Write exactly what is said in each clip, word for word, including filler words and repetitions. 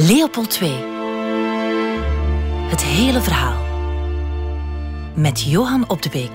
Leopold twee. Het hele verhaal. Met Johan Op de Beek.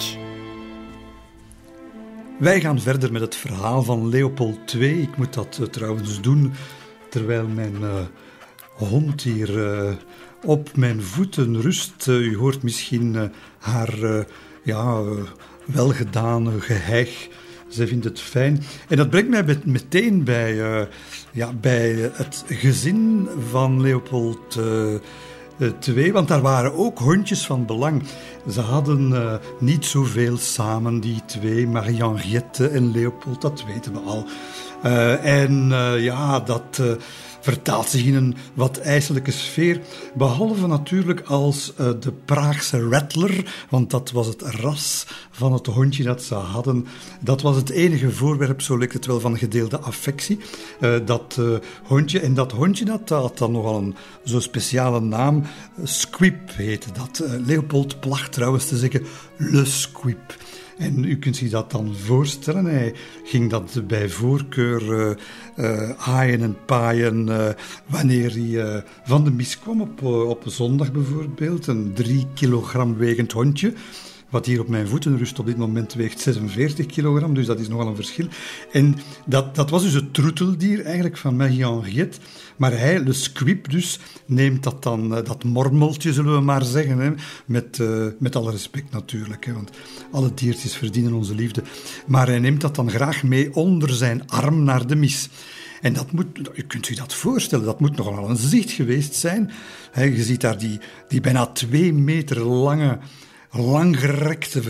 Wij gaan verder met het verhaal van Leopold twee. Ik moet dat uh, trouwens doen terwijl mijn uh, hond hier uh, op mijn voeten rust. Uh, u hoort misschien uh, haar uh, ja, uh, welgedane geheig. Ze vindt het fijn. En dat brengt mij meteen bij, uh, ja, bij het gezin van Leopold twee, uh, want daar waren ook hondjes van belang. Ze hadden uh, niet zoveel samen, die twee, Marie-Henriette en Leopold, dat weten we al. Uh, en uh, ja, dat uh, vertaalt zich in een wat ijselijke sfeer, behalve natuurlijk als uh, de Praagse Rattler, want dat was het ras van het hondje dat ze hadden. Dat was het enige voorwerp, zo lijkt het wel, van gedeelde affectie. Uh, dat uh, hondje, en dat hondje dat had dan nogal een zo speciale naam, Squip heette dat. Uh, Leopold placht trouwens te zeggen, Le Squip. En u kunt zich dat dan voorstellen. Hij ging dat bij voorkeur uh, uh, aaien en paaien uh, wanneer hij uh, van de mis kwam op, uh, op zondag bijvoorbeeld. Een drie kilogram wegend hondje. Wat hier op mijn voeten rust op dit moment weegt zesenveertig kilogram, dus dat is nogal een verschil. En dat, dat was dus het troeteldier eigenlijk van Marie-Henriette. Maar hij, Le Squip dus, neemt dat dan, dat mormeltje zullen we maar zeggen, hè, met, uh, met alle respect natuurlijk, hè, want alle diertjes verdienen onze liefde. Maar hij neemt dat dan graag mee onder zijn arm naar de mis. En dat moet, u kunt u dat voorstellen, dat moet nogal een zicht geweest zijn. He, je ziet daar die, die bijna twee meter lange, langgerekte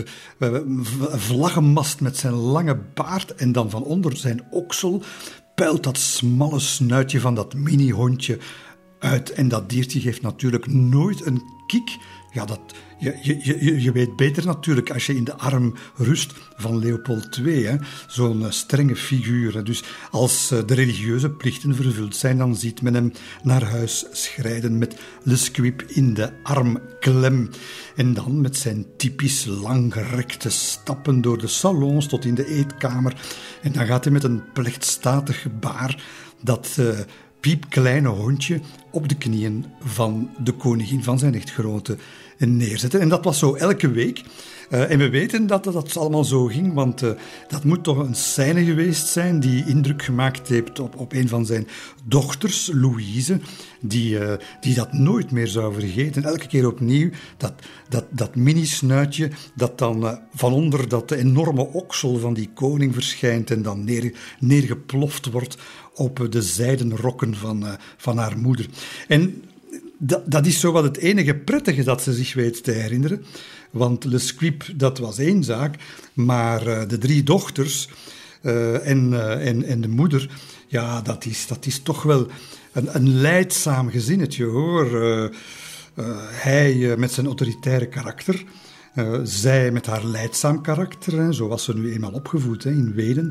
vlaggenmast met zijn lange baard en dan van onder zijn oksel puilt dat smalle snuitje van dat mini-hondje uit. En dat diertje geeft natuurlijk nooit een kiek. Ja, dat, je, je, je, je weet beter natuurlijk als je in de arm rust van Leopold twee, hè, zo'n uh, strenge figuur. Hè. Dus als uh, de religieuze plichten vervuld zijn, dan ziet men hem naar huis schrijden met Le Squip in de armklem. En dan met zijn typisch langgerekte stappen door de salons tot in de eetkamer. En dan gaat hij met een plechtstatig gebaar dat Uh, piepkleine hondje op de knieën van de koningin, van zijn echtgenote, neerzetten. En dat was zo elke week. Uh, en we weten dat dat allemaal zo ging, want uh, dat moet toch een scène geweest zijn die indruk gemaakt heeft op, op een van zijn dochters, Louise, die, uh, die dat nooit meer zou vergeten. Elke keer opnieuw dat, dat, dat mini-snuitje dat dan uh, van onder dat enorme oksel van die koning verschijnt en dan neer, neergeploft wordt op de zijden rokken van, uh, van haar moeder. En dat, dat is zo wat het enige prettige dat ze zich weet te herinneren. Want Le Squip, dat was één zaak, maar uh, de drie dochters uh, en, uh, en, en de moeder, ja, dat is, dat is toch wel een, een lijdzaam gezinnetje, hoor. Uh, uh, hij uh, met zijn autoritaire karakter, uh, zij met haar lijdzaam karakter, hè, zo was ze nu eenmaal opgevoed, hè, in Wenen.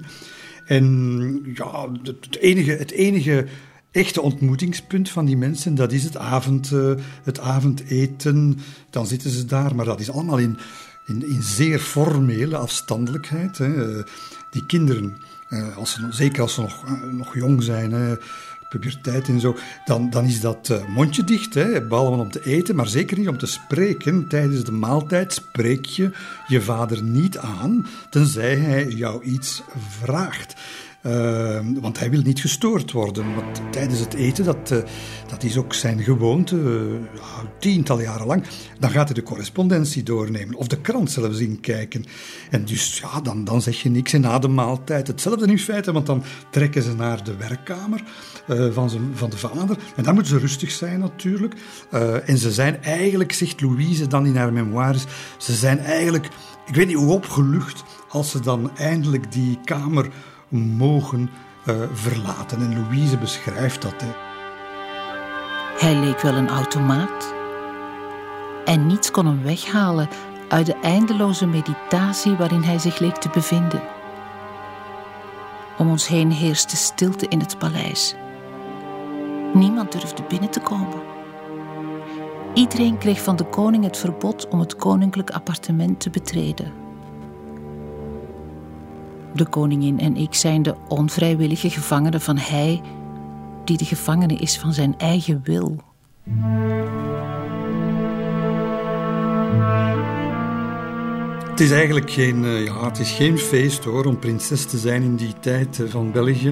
En ja, het enige, het enige echte ontmoetingspunt van die mensen, dat is het, avond, uh, het avondeten. Dan zitten ze daar, maar dat is allemaal in, in, in zeer formele afstandelijkheid. Hè. Uh, die kinderen, uh, als ze, zeker als ze nog, uh, nog jong zijn, uh, puberteit en zo, dan, dan is dat uh, mondje dicht, hè, behalve om te eten, maar zeker niet om te spreken. Tijdens de maaltijd spreek je je vader niet aan, tenzij hij jou iets vraagt. Uh, want hij wil niet gestoord worden. Want tijdens het eten, dat, uh, dat is ook zijn gewoonte, uh, tientallen jaren lang, dan gaat hij de correspondentie doornemen. Of de krant zelfs inkijken. En dus ja, dan, dan zeg je niks. En na de maaltijd hetzelfde in feite, want dan trekken ze naar de werkkamer uh, van, zijn, van de vader. En dan moeten ze rustig zijn natuurlijk. Uh, en ze zijn eigenlijk, zegt Louise dan in haar memoires, ze zijn eigenlijk, ik weet niet hoe opgelucht, als ze dan eindelijk die kamer mogen uh, verlaten. En Louise beschrijft dat. Hè. Hij leek wel een automaat. En niets kon hem weghalen uit de eindeloze meditatie waarin hij zich leek te bevinden. Om ons heen heerste stilte in het paleis. Niemand durfde binnen te komen. Iedereen kreeg van de koning het verbod om het koninklijk appartement te betreden. De koningin en ik zijn de onvrijwillige gevangenen van hij die de gevangene is van zijn eigen wil. Het is eigenlijk geen, ja, het is geen feest hoor, om prinses te zijn in die tijd van België.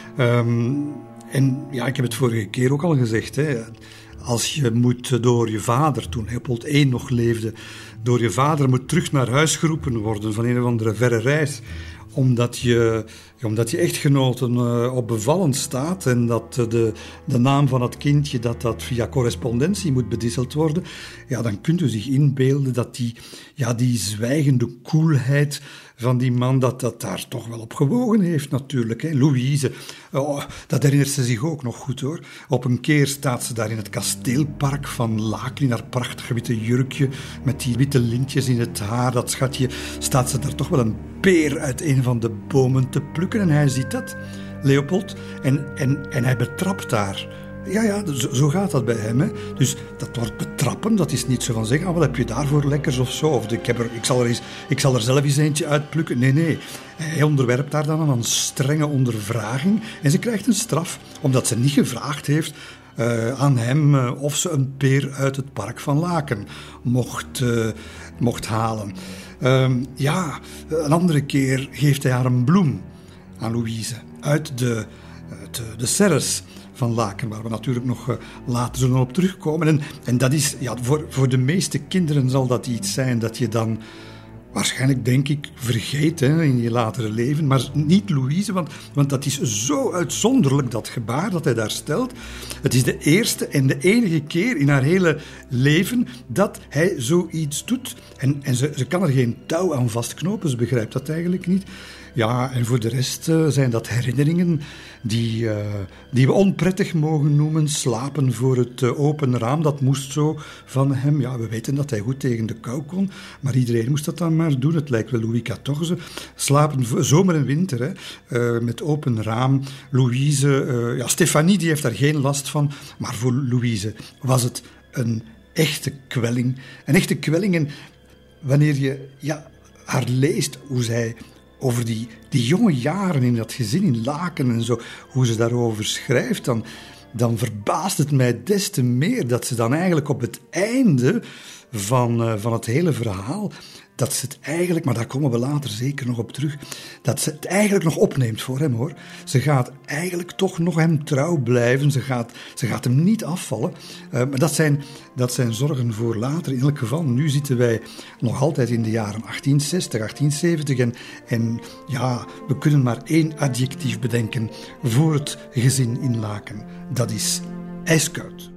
Um, en ja, ik heb het vorige keer ook al gezegd, hè. Als je moet door je vader, toen Leopold de Eerste nog leefde, door je vader moet terug naar huis geroepen worden van een of andere verre reis, omdat je, omdat je echtgenoten uh, op bevallen staat en dat uh, de, de naam van het kindje dat dat via correspondentie moet bedisseld worden, ja, dan kunt u zich inbeelden dat die, ja, die zwijgende koelheid van die man, dat dat daar toch wel op gewogen heeft natuurlijk. Hè. Louise, oh, dat herinnert ze zich ook nog goed hoor. Op een keer staat ze daar in het kasteelpark van Laken, in haar prachtige witte jurkje, met die witte lintjes in het haar, dat schatje, staat ze daar toch wel een peer uit een van de bomen te plukken. En hij ziet dat, Leopold, en, en, en hij betrapt haar. Ja, ja, zo, zo gaat dat bij hem. Hè. Dus dat wordt betrappen, dat is niet zo van zeggen, ah, wat heb je daarvoor lekkers of zo? Of ik, heb er, ik, zal er eens, ik zal er zelf eens eentje uitplukken. Nee, nee. Hij onderwerpt haar dan aan een strenge ondervraging en ze krijgt een straf, omdat ze niet gevraagd heeft uh, aan hem uh, of ze een peer uit het park van Laken mocht, uh, mocht halen. Uh, ja, een andere keer geeft hij haar een bloem aan Louise uit de, de, de serres van Laken, waar we natuurlijk nog uh, later zullen op terugkomen. En, en dat is, ja, voor, voor de meeste kinderen zal dat iets zijn dat je dan waarschijnlijk, denk ik, vergeet hè, in je latere leven. Maar niet Louise, want, want dat is zo uitzonderlijk, dat gebaar dat hij daar stelt. Het is de eerste en de enige keer in haar hele leven dat hij zoiets doet. En, en ze, ze kan er geen touw aan vastknopen, ze begrijpt dat eigenlijk niet. Ja, en voor de rest uh, zijn dat herinneringen die, uh, die we onprettig mogen noemen. Slapen voor het uh, open raam, dat moest zo van hem. Ja, we weten dat hij goed tegen de kou kon, maar iedereen moest dat dan maar doen. Het lijkt wel Louis veertien. Slapen voor zomer en winter, hè, uh, met open raam. Louise, uh, ja, Stefanie die heeft daar geen last van, maar voor Louise was het een echte kwelling. Een echte kwelling. En wanneer je ja, haar leest, hoe zij over die, die jonge jaren in dat gezin in Laken en zo, hoe ze daarover schrijft, dan, dan verbaast het mij des te meer dat ze dan eigenlijk op het einde van, uh, van het hele verhaal, dat ze het eigenlijk, maar daar komen we later zeker nog op terug, dat ze het eigenlijk nog opneemt voor hem, hoor. Ze gaat eigenlijk toch nog hem trouw blijven, ze gaat, ze gaat hem niet afvallen. Uh, maar dat zijn, dat zijn zorgen voor later. In elk geval, nu zitten wij nog altijd in de jaren achttien zestig, achttien zeventig en, en ja, we kunnen maar één adjectief bedenken voor het gezin in Laken. Dat is ijskoud.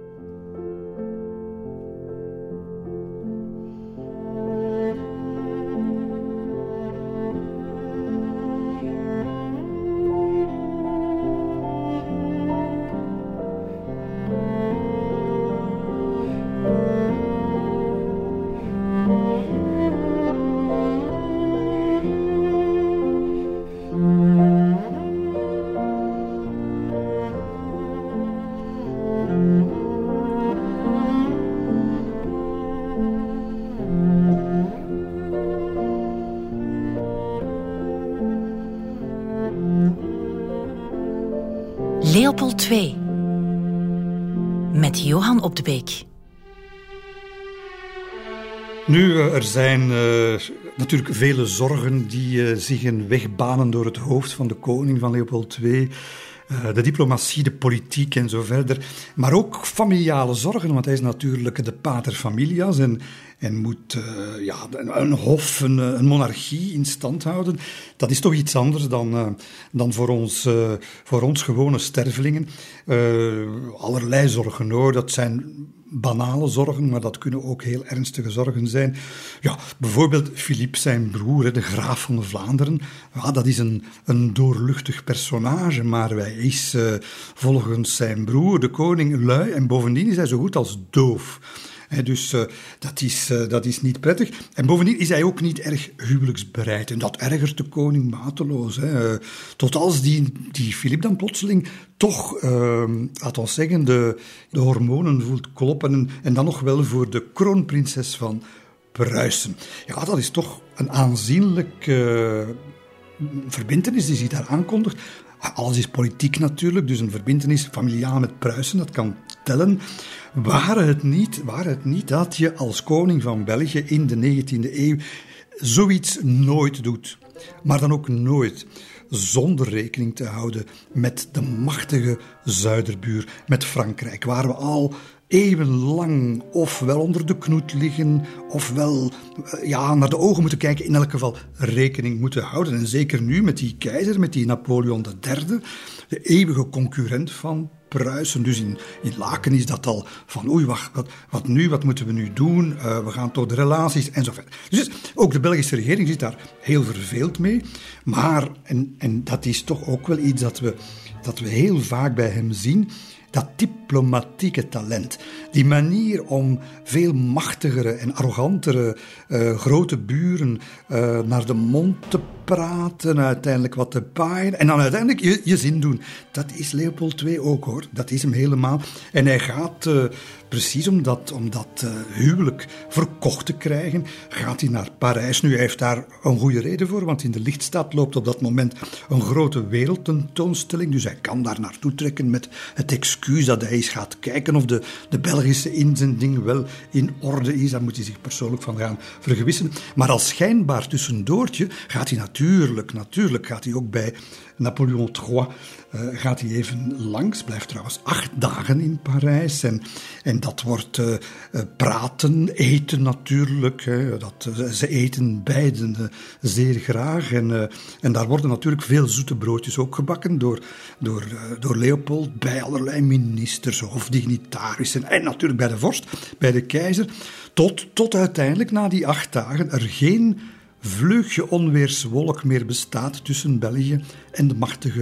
Leopold de Tweede met Johan Op de Beek. Nu, er zijn uh, natuurlijk vele zorgen die uh, zich een weg banen door het hoofd van de koning, van Leopold de Tweede. Uh, de diplomatie, de politiek en zo verder. Maar ook familiale zorgen, want hij is natuurlijk de pater familias en, en moet uh, ja, een, een hof, een, een monarchie in stand houden. Dat is toch iets anders dan, uh, dan voor, ons, uh, voor ons gewone stervelingen. Uh, allerlei zorgen hoor, dat zijn banale zorgen, maar dat kunnen ook heel ernstige zorgen zijn. Ja, bijvoorbeeld Philippe, zijn broer, de graaf van Vlaanderen. Ja, dat is een, een doorluchtig personage, maar hij is uh, volgens zijn broer, de koning, lui en bovendien is hij zo goed als doof. He, dus uh, dat, is, uh, dat is niet prettig. En bovendien is hij ook niet erg huwelijksbereid. En dat ergert de koning mateloos. Hè. Uh, tot als die, die Philippe dan plotseling toch, uh, laten we zeggen, de, de hormonen voelt kloppen. En, en dan nog wel voor de kroonprinses van Pruisen. Ja, dat is toch een aanzienlijk uh, verbintenis die zich daar aankondigt. alles is politiek natuurlijk, dus een verbintenis familiaal met Pruisen, dat kan tellen. Waren het niet, waren het niet dat je als koning van België in de negentiende eeuw zoiets nooit doet, maar dan ook nooit zonder rekening te houden met de machtige zuiderbuur, met Frankrijk, waar we al eeuwenlang ofwel onder de knoet liggen, ofwel ja, naar de ogen moeten kijken, in elk geval rekening moeten houden. En zeker nu met die keizer, met die Napoleon de derde, de eeuwige concurrent van Pruisen. Dus in, in Laken is dat al van oei, wat, wat, wat nu, wat moeten we nu doen? Uh, we gaan door de relaties en zo verder. Dus ook de Belgische regering zit daar heel verveeld mee. Maar, en, en dat is toch ook wel iets dat we, dat we heel vaak bij hem zien, dat diplomatieke talent, die manier om veel machtigere en arrogantere uh, grote buren uh, naar de mond te praten, uiteindelijk wat te paaien en dan uiteindelijk je, je zin doen. Dat is Leopold de Tweede ook hoor, dat is hem helemaal. En hij gaat, uh, precies om dat, om dat uh, huwelijk verkocht te krijgen, gaat hij naar Parijs. Nu, hij heeft daar een goede reden voor, want in de Lichtstad loopt op dat moment een grote wereldtentoonstelling, dus hij kan daar naartoe trekken met het excuus dat hij eens gaat kijken of de, de Belgische inzending wel in orde is. Daar moet hij zich persoonlijk van gaan vergewissen. Maar als schijnbaar tussendoortje gaat hij natuurlijk, natuurlijk gaat hij ook bij Napoleon de Derde uh, gaat hij even langs, blijft trouwens acht dagen in Parijs en, en dat wordt uh, uh, praten, eten natuurlijk, hè, dat, uh, ze eten beiden uh, zeer graag en, uh, en daar worden natuurlijk veel zoete broodjes ook gebakken door, door, uh, door Leopold bij allerlei ministers, hofdignitarissen en natuurlijk bij de vorst, bij de keizer, tot, tot uiteindelijk na die acht dagen er geen vleugje onweerswolk meer bestaat tussen België en de machtige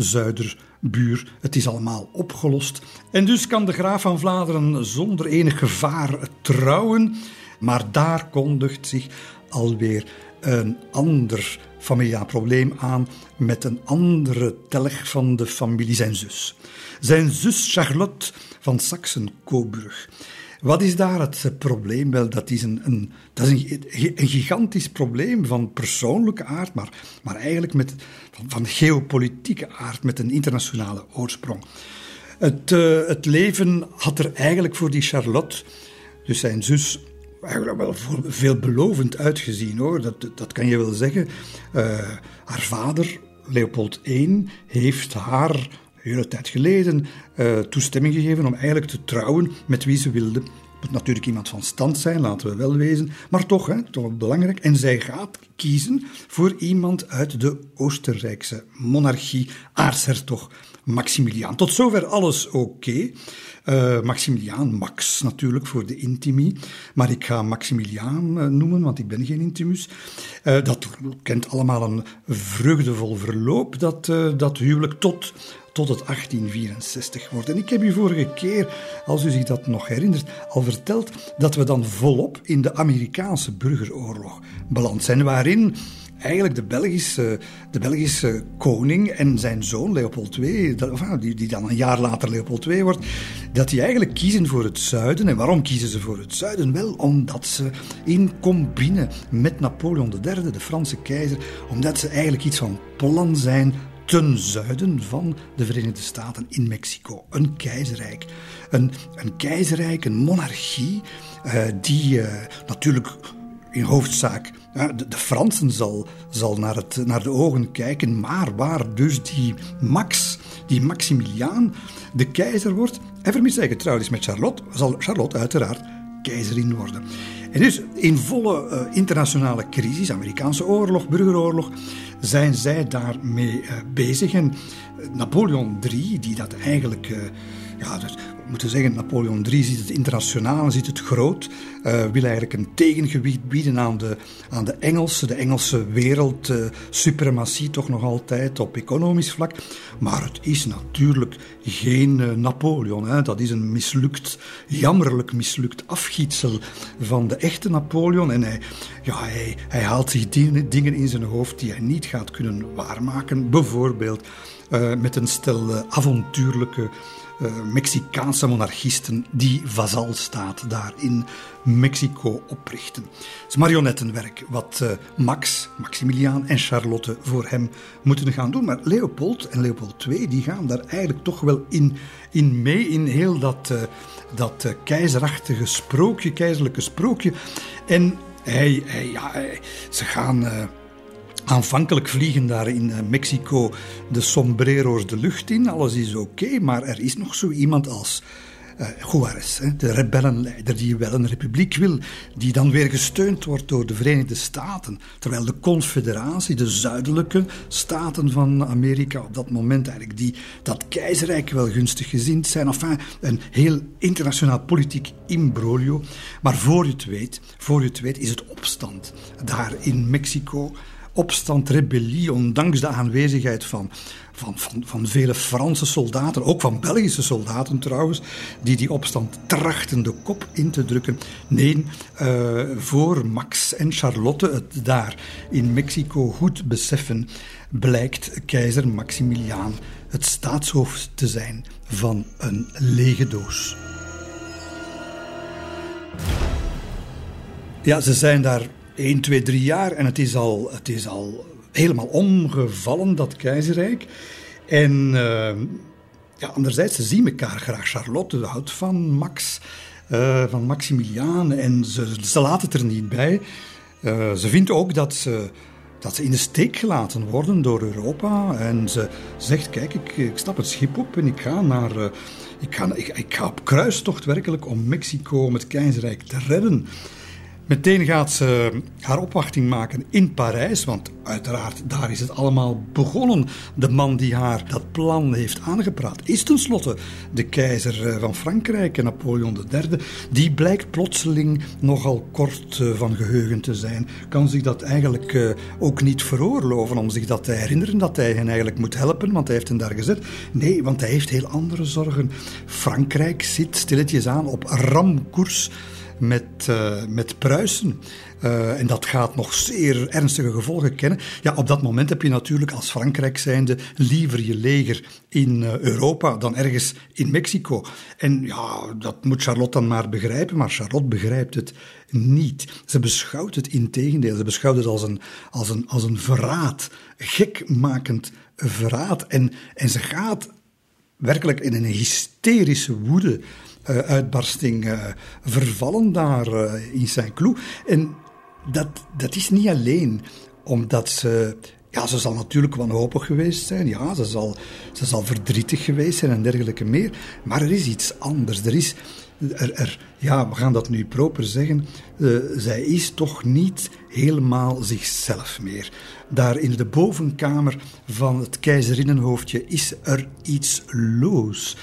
zuiderbuur. Het is allemaal opgelost. En dus kan de graaf van Vlaanderen zonder enig gevaar trouwen. Maar daar kondigt zich alweer een ander familiaal probleem aan met een andere telg van de familie, zijn zus. Zijn zus Charlotte van Saxe-Coburg. Wat is daar het probleem? Wel, dat is een, een, dat is een, een gigantisch probleem van persoonlijke aard, maar, maar eigenlijk met, van, van geopolitieke aard, met een internationale oorsprong. Het, uh, het leven had er eigenlijk voor die Charlotte, dus zijn zus, eigenlijk wel veelbelovend uitgezien, hoor. Dat, dat kan je wel zeggen. Uh, haar vader, Leopold de Eerste, heeft haar een hele tijd geleden uh, toestemming gegeven om eigenlijk te trouwen met wie ze wilde. Het moet natuurlijk iemand van stand zijn, laten we wel wezen. Maar toch, hè, toch wel belangrijk. En zij gaat kiezen voor iemand uit de Oostenrijkse monarchie, aartshertog Maximiliaan. Tot zover alles oké. Okay. Uh, Maximiliaan, Max natuurlijk voor de intimie. Maar ik ga Maximiliaan uh, noemen, want ik ben geen intimus. Uh, dat kent allemaal een vreugdevol verloop, dat, uh, dat huwelijk tot... tot het achttien vierenzestig wordt. En ik heb u vorige keer, als u zich dat nog herinnert, al verteld dat we dan volop in de Amerikaanse burgeroorlog beland zijn, waarin eigenlijk de Belgische, de Belgische koning en zijn zoon Leopold de Tweede, die, die dan een jaar later Leopold de Tweede wordt, dat die eigenlijk kiezen voor het zuiden. En waarom kiezen ze voor het zuiden? Wel, omdat ze in combine met Napoleon de Derde, de Franse keizer, omdat ze eigenlijk iets van plan zijn ten zuiden van de Verenigde Staten in Mexico. Een keizerrijk. Een, een keizerrijk, een monarchie, uh, die uh, natuurlijk in hoofdzaak uh, de, de Fransen zal, zal naar, het, naar de ogen kijken, maar waar dus die Max, die Maximiliaan, de keizer wordt, en vermits hij getrouwd is met Charlotte, zal Charlotte uiteraard keizerin worden. En dus in volle uh, internationale crisis, Amerikaanse oorlog, burgeroorlog, zijn zij daarmee uh, bezig. En Napoleon de Derde, die dat eigenlijk, uh, ja, dus, we moeten zeggen, Napoleon de Derde ziet het internationaal, ziet het groot, uh, wil eigenlijk een tegengewicht bieden aan de, aan de Engelse, de Engelse wereldsuprematie, uh, toch nog altijd op economisch vlak. Maar het is natuurlijk geen uh, Napoleon, hè. Dat is een mislukt, jammerlijk mislukt afgietsel van de echte Napoleon. En hij, ja, hij, hij haalt zich dingen in zijn hoofd die hij niet gaat kunnen waarmaken. Bijvoorbeeld uh, met een stel uh, avontuurlijke uh, Mexicaanse monarchisten die vazalstaat daar in Mexico oprichten. Het is marionettenwerk wat uh, Max, Maximiliaan en Charlotte voor hem moeten gaan doen. Maar Leopold en Leopold de Tweede die gaan daar eigenlijk toch wel in, in mee, in heel dat, uh, dat uh, keizerachtige sprookje, keizerlijke sprookje. En hij, hij, ja, hij, ze gaan... Uh, Aanvankelijk vliegen daar in Mexico de sombrero's de lucht in. Alles is oké, okay, maar er is nog zo iemand als uh, Juárez, hè, de rebellenleider die wel een republiek wil, die dan weer gesteund wordt door de Verenigde Staten. Terwijl de Confederatie, de zuidelijke staten van Amerika op dat moment eigenlijk die, dat keizerrijk wel gunstig gezind zijn. Enfin, een heel internationaal politiek imbroglio. Maar voor je het weet, voor je het weet is het opstand daar in Mexico. Opstand, rebellie, ondanks de aanwezigheid van, van, van, van vele Franse soldaten, ook van Belgische soldaten trouwens, die die opstand trachten de kop in te drukken. Nee, uh, voor Max en Charlotte het daar in Mexico goed beseffen, blijkt keizer Maximiliaan het staatshoofd te zijn van een lege doos. Ja, ze zijn daar één, twee, drie jaar en het is al, het is al helemaal omgevallen, dat keizerrijk. En uh, ja, anderzijds, ze zien elkaar graag. Charlotte houdt van Max, uh, van Maximiliaan en ze, ze laat het er niet bij. Uh, ze vindt ook dat ze, dat ze in de steek gelaten worden door Europa. En ze zegt, kijk, ik, ik stap het schip op en ik ga naar... Uh, ik, ga, ik, ik ga op kruistocht werkelijk om Mexico, om het keizerrijk te redden. Meteen gaat ze haar opwachting maken in Parijs, want uiteraard daar is het allemaal begonnen. De man die haar dat plan heeft aangepraat is tenslotte de keizer van Frankrijk, Napoleon de Derde. Die blijkt plotseling nogal kort van geheugen te zijn. Kan zich dat eigenlijk ook niet veroorloven om zich dat te herinneren, dat hij hen eigenlijk moet helpen, want hij heeft hen daar gezet. Nee, want hij heeft heel andere zorgen. Frankrijk zit stilletjes aan op ramkoers met, uh, met Pruisen. Uh, en dat gaat nog zeer ernstige gevolgen kennen. Ja, op dat moment heb je natuurlijk als Frankrijk zijnde liever je leger in uh, Europa dan ergens in Mexico. En ja, dat moet Charlotte dan maar begrijpen, maar Charlotte begrijpt het niet. Ze beschouwt het integendeel. Ze beschouwt het als een, als een, als een verraad, gekmakend verraad. En, en ze gaat werkelijk in een hysterische woede Uh, uitbarsting uh, vervallen daar uh, in Saint-Cloud. En dat, dat is niet alleen omdat ze... Ja, ze zal natuurlijk wanhopig geweest zijn. Ja, ze zal, ze zal verdrietig geweest zijn en dergelijke meer. Maar er is iets anders. Er is... Er, er, ja, we gaan dat nu proper zeggen. Uh, zij is toch niet helemaal zichzelf meer. Daar in de bovenkamer van het keizerinnenhoofdje is er iets los.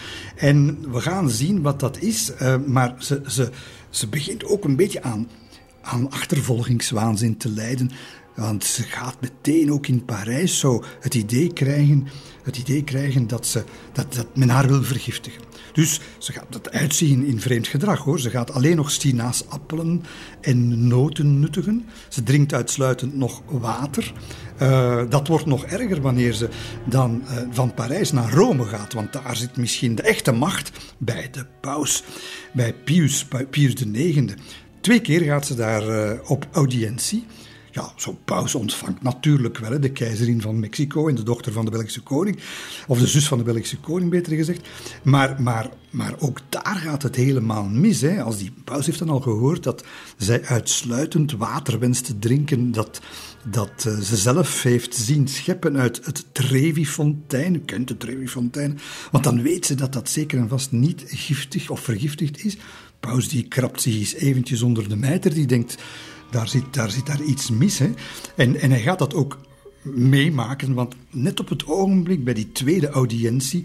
En we gaan zien wat dat is. Uh, maar ze, ze, ze begint ook een beetje aan, aan achtervolgingswaanzin te lijden. Want ze gaat meteen ook in Parijs zo het idee krijgen, het idee krijgen dat, ze, dat, dat men haar wil vergiftigen. Dus ze gaat dat uitzien in vreemd gedrag, hoor. Ze gaat alleen nog sinaasappelen en noten nuttigen. Ze drinkt uitsluitend nog water. Uh, dat wordt nog erger wanneer ze dan uh, van Parijs naar Rome gaat. Want daar zit misschien de echte macht bij de paus, bij Pius, bij Pius de negende. Twee keer gaat ze daar uh, op audiëntie. Ja, zo'n paus ontvangt natuurlijk wel hè, de keizerin van Mexico en de dochter van de Belgische koning. Of de zus van de Belgische koning, beter gezegd. Maar, maar, maar ook daar gaat het helemaal mis. Hè. Als die paus heeft dan al gehoord dat zij uitsluitend water wenst te drinken, dat, dat uh, ze zelf heeft zien scheppen uit het Trevi-fontein. U kent de Trevi-fontein. Want dan weet ze dat dat zeker en vast niet giftig of vergiftigd is. Paus die krabt zich eens eventjes onder de mijter, die denkt... Daar zit, daar zit daar iets mis. Hè? En, en hij gaat dat ook meemaken, want net op het ogenblik bij die tweede audiëntie,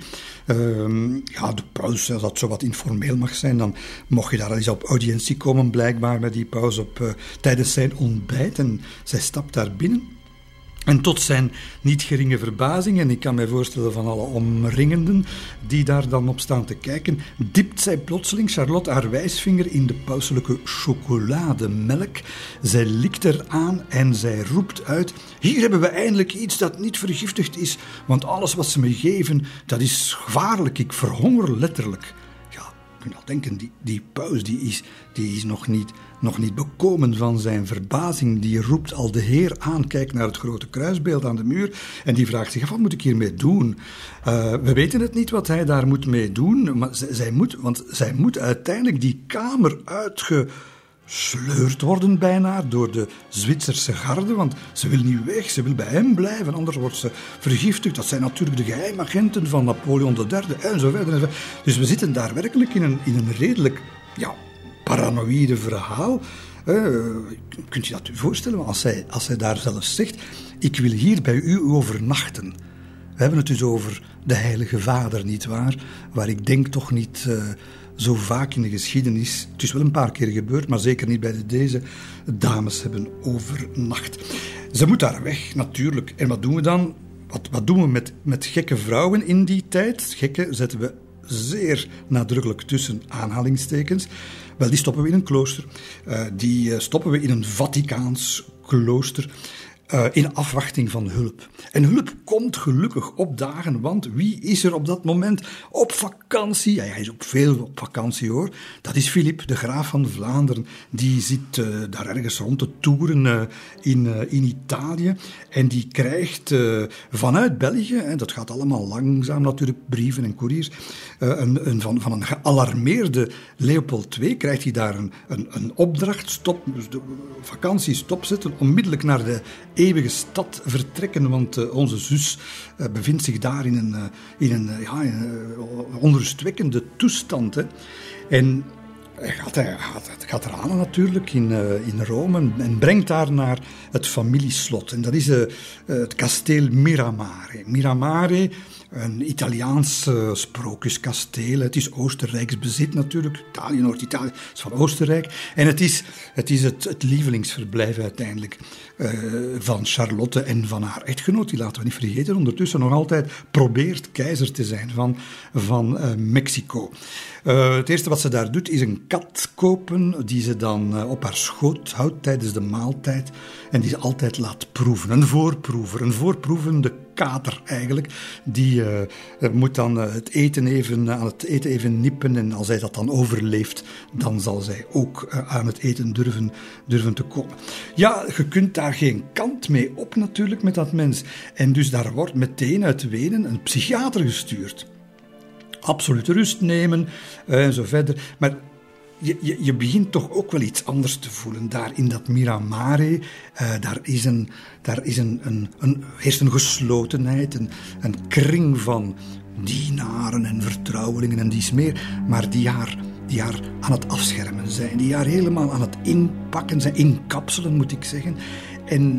uh, ja, de paus, als dat zo wat informeel mag zijn, dan mocht je daar al eens op audiëntie komen, blijkbaar bij die paus op, uh, tijdens zijn ontbijt. En zij stapt daar binnen En tot zijn niet geringe verbazing, en ik kan mij voorstellen van alle omringenden die daar dan op staan te kijken, dipt zij plotseling Charlotte haar wijsvinger in de pauselijke chocolademelk. Zij likt er aan en zij roept uit: hier hebben we eindelijk iets dat niet vergiftigd is, want alles wat ze me geven, dat is gevaarlijk, ik verhonger letterlijk. Ja, je kunt al denken, die, die paus die is, die is nog niet... nog niet bekomen van zijn verbazing. Die roept al de Heer aan, kijkt naar het grote kruisbeeld aan de muur en die vraagt zich af, wat moet ik hiermee doen? Uh, we weten het niet wat hij daar moet mee doen, maar z- zij moet, want zij moet uiteindelijk die kamer uitgesleurd worden bijna door de Zwitserse garde, want ze wil niet weg, ze wil bij hem blijven, anders wordt ze vergiftigd. Dat zijn natuurlijk de geheimagenten van Napoleon de derde en zo verder. En zo. Dus we zitten daar werkelijk in een, in een redelijk... ja, paranoïde verhaal. Uh, kunt je dat u voorstellen? Als hij, als hij daar zelfs zegt, ik wil hier bij u overnachten. We hebben het dus over de Heilige Vader, nietwaar? Waar ik denk toch niet uh, zo vaak in de geschiedenis, het is wel een paar keer gebeurd, maar zeker niet bij de, deze dames hebben overnacht. Ze moet daar weg, natuurlijk. En wat doen we dan? Wat, wat doen we met, met gekke vrouwen in die tijd? Gekke zetten we zeer nadrukkelijk tussen aanhalingstekens. Wel, die stoppen we in een klooster. Uh, die uh, stoppen we in een Vaticaans klooster. Uh, in afwachting van hulp. En hulp komt gelukkig opdagen, want wie is er op dat moment op vakantie? Ja, hij is op veel op vakantie hoor. Dat is Filip, de graaf van Vlaanderen. Die zit uh, daar ergens rond te toeren uh, in, uh, in Italië. En die krijgt uh, vanuit België, en dat gaat allemaal langzaam natuurlijk, brieven en couriers, uh, een, een, van, van een gealarmeerde Leopold de Tweede krijgt hij daar een, een, een opdracht, stop, dus de vakantie stopzetten, onmiddellijk naar de eeuwige stad vertrekken, want uh, onze zus uh, bevindt zich daar in een, uh, in een, uh, ja, in een uh, onrustwekkende toestand. Hè. En hij gaat, hij gaat, hij gaat eraan natuurlijk in, uh, in Rome en, en brengt daar naar het familieslot. En dat is uh, uh, het kasteel Miramare. Miramare, een Italiaans uh, sprookjeskasteel. Het is Oostenrijks bezit natuurlijk. Italië, Noord-Italië is van Oostenrijk. En het is het, is het, het lievelingsverblijf uiteindelijk uh, van Charlotte en van haar echtgenoot. Die laten we niet vergeten. Ondertussen nog altijd probeert keizer te zijn van, van uh, Mexico. Uh, het eerste wat ze daar doet is een kat kopen die ze dan uh, op haar schoot houdt tijdens de maaltijd en die ze altijd laat proeven. Een voorproever, een voorproevende kater eigenlijk. Die uh, moet dan uh, het eten even, uh, aan het eten even nippen en als hij dat dan overleeft, dan zal zij ook uh, aan het eten durven, durven te komen. Ja, je kunt daar geen kant mee op natuurlijk met dat mens. En dus daar wordt meteen uit Wenen een psychiater gestuurd. Absolute rust nemen uh, en zo verder. Maar je, je, je begint toch ook wel iets anders te voelen. Daar in dat Miramare, uh, daar is, een, daar is een, een, een, eerst een geslotenheid, een, een kring van dienaren en vertrouwelingen en dies meer. Maar die haar, die haar aan het afschermen zijn. Die haar helemaal aan het inpakken zijn, inkapselen moet ik zeggen. En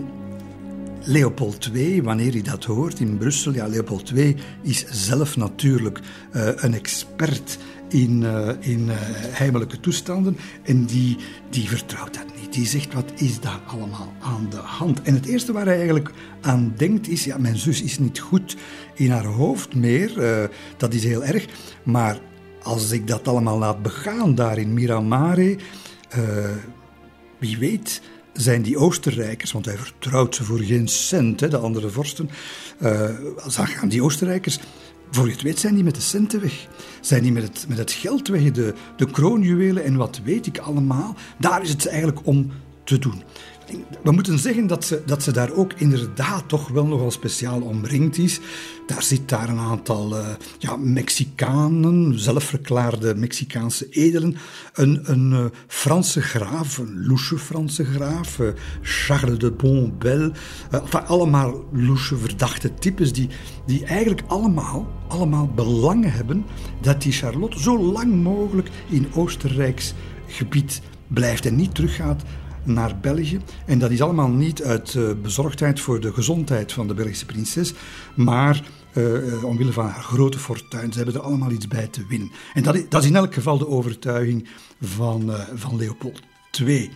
Leopold de Tweede, wanneer hij dat hoort in Brussel, ja, Leopold de Tweede is zelf natuurlijk uh, een expert in, uh, in uh, heimelijke toestanden en die, die vertrouwt dat niet. Die zegt, wat is daar allemaal aan de hand? En het eerste waar hij eigenlijk aan denkt is, ja, mijn zus is niet goed in haar hoofd meer, uh, dat is heel erg, maar als ik dat allemaal laat begaan daar in Miramare, uh, wie weet zijn die Oostenrijkers, want hij vertrouwt ze voor geen cent, hè, de andere vorsten, uh, dan gaan die Oostenrijkers, voor je het weet, zijn die met de centen weg. Zijn die met het, met het geld weg, de, de kroonjuwelen en wat weet ik allemaal. Daar is het eigenlijk om te doen. We moeten zeggen dat ze, dat ze daar ook inderdaad toch wel nogal speciaal omringd is. Daar zit daar een aantal uh, ja, Mexicanen, zelfverklaarde Mexicaanse edelen. Een, een uh, Franse graaf, een louche Franse graaf, uh, Charles de Bonbel. Uh, enfin, allemaal louche verdachte types die, die eigenlijk allemaal, allemaal belangen hebben dat die Charlotte zo lang mogelijk in Oostenrijks gebied blijft en niet teruggaat naar België. En dat is allemaal niet uit uh, bezorgdheid voor de gezondheid van de Belgische prinses, maar uh, omwille van haar grote fortuin. Ze hebben er allemaal iets bij te winnen. En dat is, dat is in elk geval de overtuiging van, uh, van Leopold de Tweede.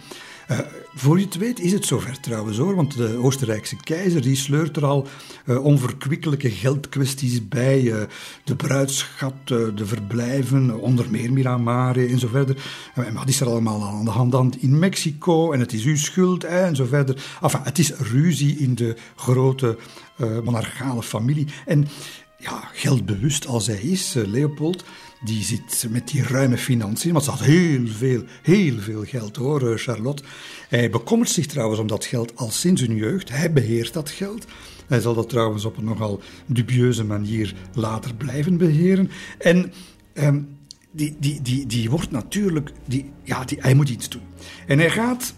Uh, voor je het weet is het zover trouwens hoor, want de Oostenrijkse keizer die sleurt er al uh, onverkwikkelijke geldkwesties bij, uh, de bruidschat, uh, de verblijven, onder meer Miramare en zo verder. En wat is er allemaal aan de hand in Mexico en het is uw schuld hè, en zo verder. Enfin, het is ruzie in de grote uh, monarchale familie. En ja, geldbewust als hij is, uh, Leopold, die zit met die ruime financiën, want ze had heel veel, heel veel geld hoor, Charlotte. Hij bekommert zich trouwens om dat geld al sinds hun jeugd. Hij beheert dat geld. Hij zal dat trouwens op een nogal dubieuze manier later blijven beheren. En um, die, die, die, die wordt natuurlijk, die, ja, die, hij moet iets doen. En hij gaat...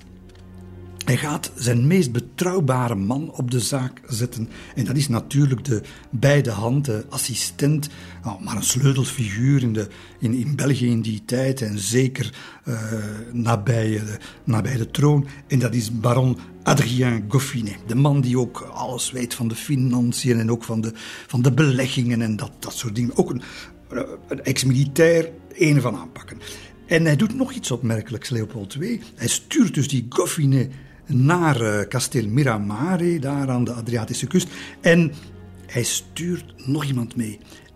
Hij gaat zijn meest betrouwbare man op de zaak zetten. En dat is natuurlijk de bij de hand, de assistent, nou, maar een sleutelfiguur in, de, in, in België in die tijd. En zeker uh, nabij, de, nabij de troon. En dat is baron Adrien Goffinet. De man die ook alles weet van de financiën en ook van de, van de beleggingen en dat, dat soort dingen. Ook een, een ex-militair, een van aanpakken. En hij doet nog iets opmerkelijks, Leopold de Tweede. Hij stuurt dus die Goffinet naar uh, kasteel Miramare, daar aan de Adriatische kust. En hij stuurt nog iemand mee.